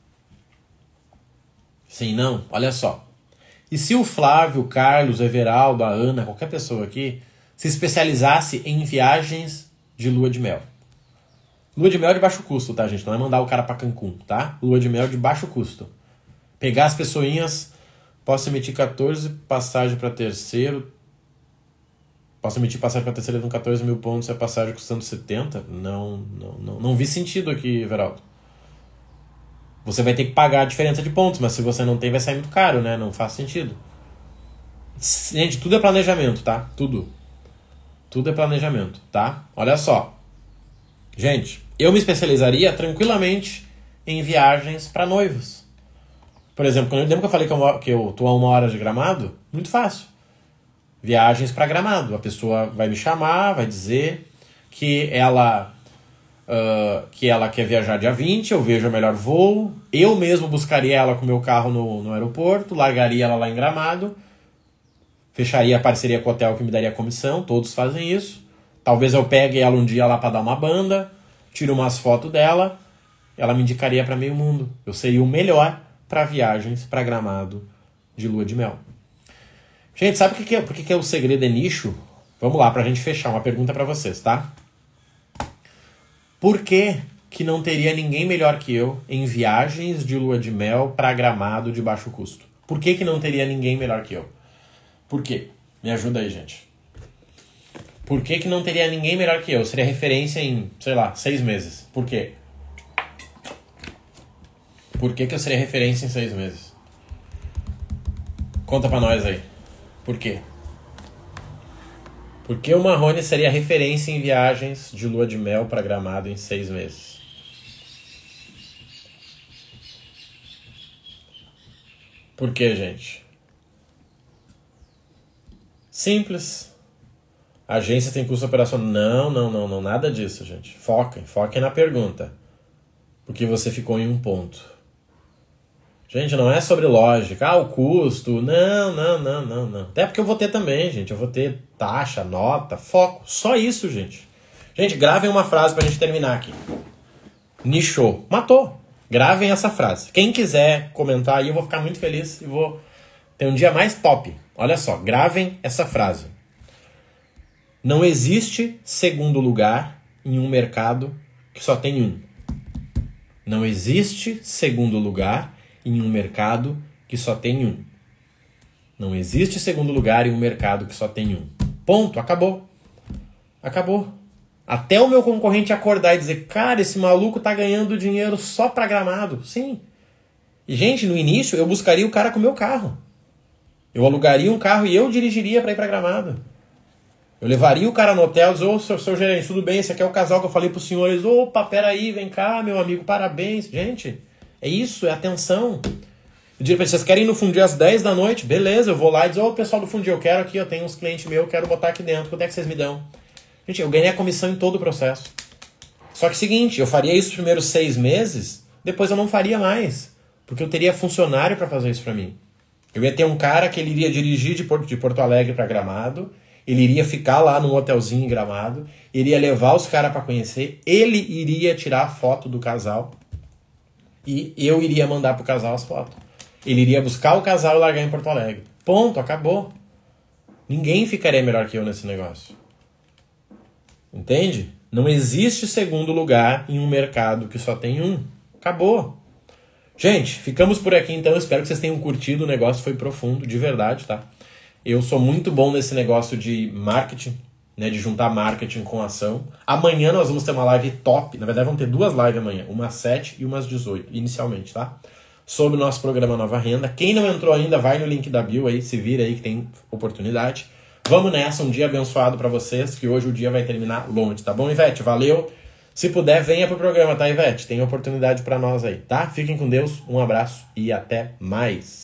Sim, não? Olha só. E se o Flávio, o Carlos, o Everaldo, a Ana, qualquer pessoa aqui, se especializasse em viagens de lua de mel? Lua de mel de baixo custo, tá, gente? Não é mandar o cara pra Cancún, tá? Lua de mel de baixo custo. Pegar as pessoinhas, posso emitir 14 passagens para terceiro. Posso emitir passagem para terceira com 14 mil pontos e a passagem custando 70? Não vi sentido aqui, Everaldo. Você vai ter que pagar a diferença de pontos, mas se você não tem, vai sair muito caro, né? Não faz sentido. Gente, tudo é planejamento, tá? Tudo. Tudo é planejamento, tá? Olha só. Gente, eu me especializaria tranquilamente em viagens para noivos. Por exemplo, lembra que eu falei que eu tô a 1 hora de Gramado? Muito fácil. Viagens para Gramado. A pessoa vai me chamar, vai dizer que ela quer viajar dia 20, eu vejo o melhor voo, eu mesmo buscaria ela com o meu carro no aeroporto, largaria ela lá em Gramado, fecharia a parceria com o hotel que me daria comissão, todos fazem isso. Talvez eu pegue ela um dia lá para dar uma banda, tiro umas fotos dela, ela me indicaria para meio mundo. Eu seria o melhor para viagens para Gramado de lua de mel. Gente, sabe por que o segredo é nicho? Vamos lá, pra gente fechar, uma pergunta para vocês, tá? Por que não teria ninguém melhor que eu em viagens de lua de mel para Gramado de baixo custo? Por que não teria ninguém melhor que eu? Por quê? Me ajuda aí, gente. Por que não teria ninguém melhor que eu? Seria referência em, sei lá, 6 meses. Por quê? Por que eu seria referência em 6 meses? Conta pra nós aí. Por quê? Por que o Marrone seria referência em viagens de lua de mel para Gramado em 6 meses? Por que, gente? Simples. A agência tem custo operacional? Não, nada disso, gente. Foquem na pergunta. Porque você ficou em um ponto. Gente, não é sobre lógica. O custo. Não. Até porque eu vou ter também, gente. Eu vou ter taxa, nota, foco. Só isso, gente. Gente, gravem uma frase pra gente terminar aqui. Nichou. Matou. Gravem essa frase. Quem quiser comentar aí, eu vou ficar muito feliz e vou ter um dia mais top. Olha só, gravem essa frase. Não existe segundo lugar em um mercado que só tem um. Não existe segundo lugar em um mercado que só tem um. Não existe segundo lugar em um mercado que só tem um. Ponto, acabou. Acabou. Até o meu concorrente acordar e dizer, cara, esse maluco tá ganhando dinheiro só pra Gramado. Sim. E, gente, no início eu buscaria o cara com o meu carro. Eu alugaria um carro e eu dirigiria pra ir pra Gramado. Eu levaria o cara no hotel e dizer, ô, seu gerente, tudo bem? Esse aqui é o casal que eu falei pros senhores. Opa, peraí, vem cá, meu amigo, parabéns. Gente, é isso, é atenção. Eu diria pra eles, vocês querem ir no Fundi às 10 da noite? Beleza, eu vou lá e dizer, ô, pessoal do Fundi, eu quero aqui, eu tenho uns clientes meus, eu quero botar aqui dentro. Quanto é que vocês me dão? Gente, eu ganhei a comissão em todo o processo. Só que é o seguinte, eu faria isso os primeiros 6 meses, depois eu não faria mais. Porque eu teria funcionário para fazer isso para mim. Eu ia ter um cara que ele iria dirigir de Porto Alegre para Gramado, ele iria ficar lá num hotelzinho em Gramado, iria levar os caras para conhecer, ele iria tirar a foto do casal e eu iria mandar pro casal as fotos. Ele iria buscar o casal e largar em Porto Alegre. Ponto, acabou. Ninguém ficaria melhor que eu nesse negócio. Entende? Não existe segundo lugar em um mercado que só tem um. Acabou. Gente, ficamos por aqui então. Espero que vocês tenham curtido. O negócio foi profundo, de verdade, tá? Eu sou muito bom nesse negócio de marketing, né? De juntar marketing com ação. Amanhã nós vamos ter uma live top. Na verdade, vamos ter 2 lives amanhã. Uma às 7 e uma às 18, inicialmente, tá? Sobre o nosso programa Nova Renda. Quem não entrou ainda, vai no link da bio aí, se vira aí que tem oportunidade. Vamos nessa, um dia abençoado pra vocês, que hoje o dia vai terminar longe, tá bom, Ivete? Valeu! Se puder, venha pro programa, tá, Ivete? Tem oportunidade pra nós aí, tá? Fiquem com Deus, um abraço e até mais!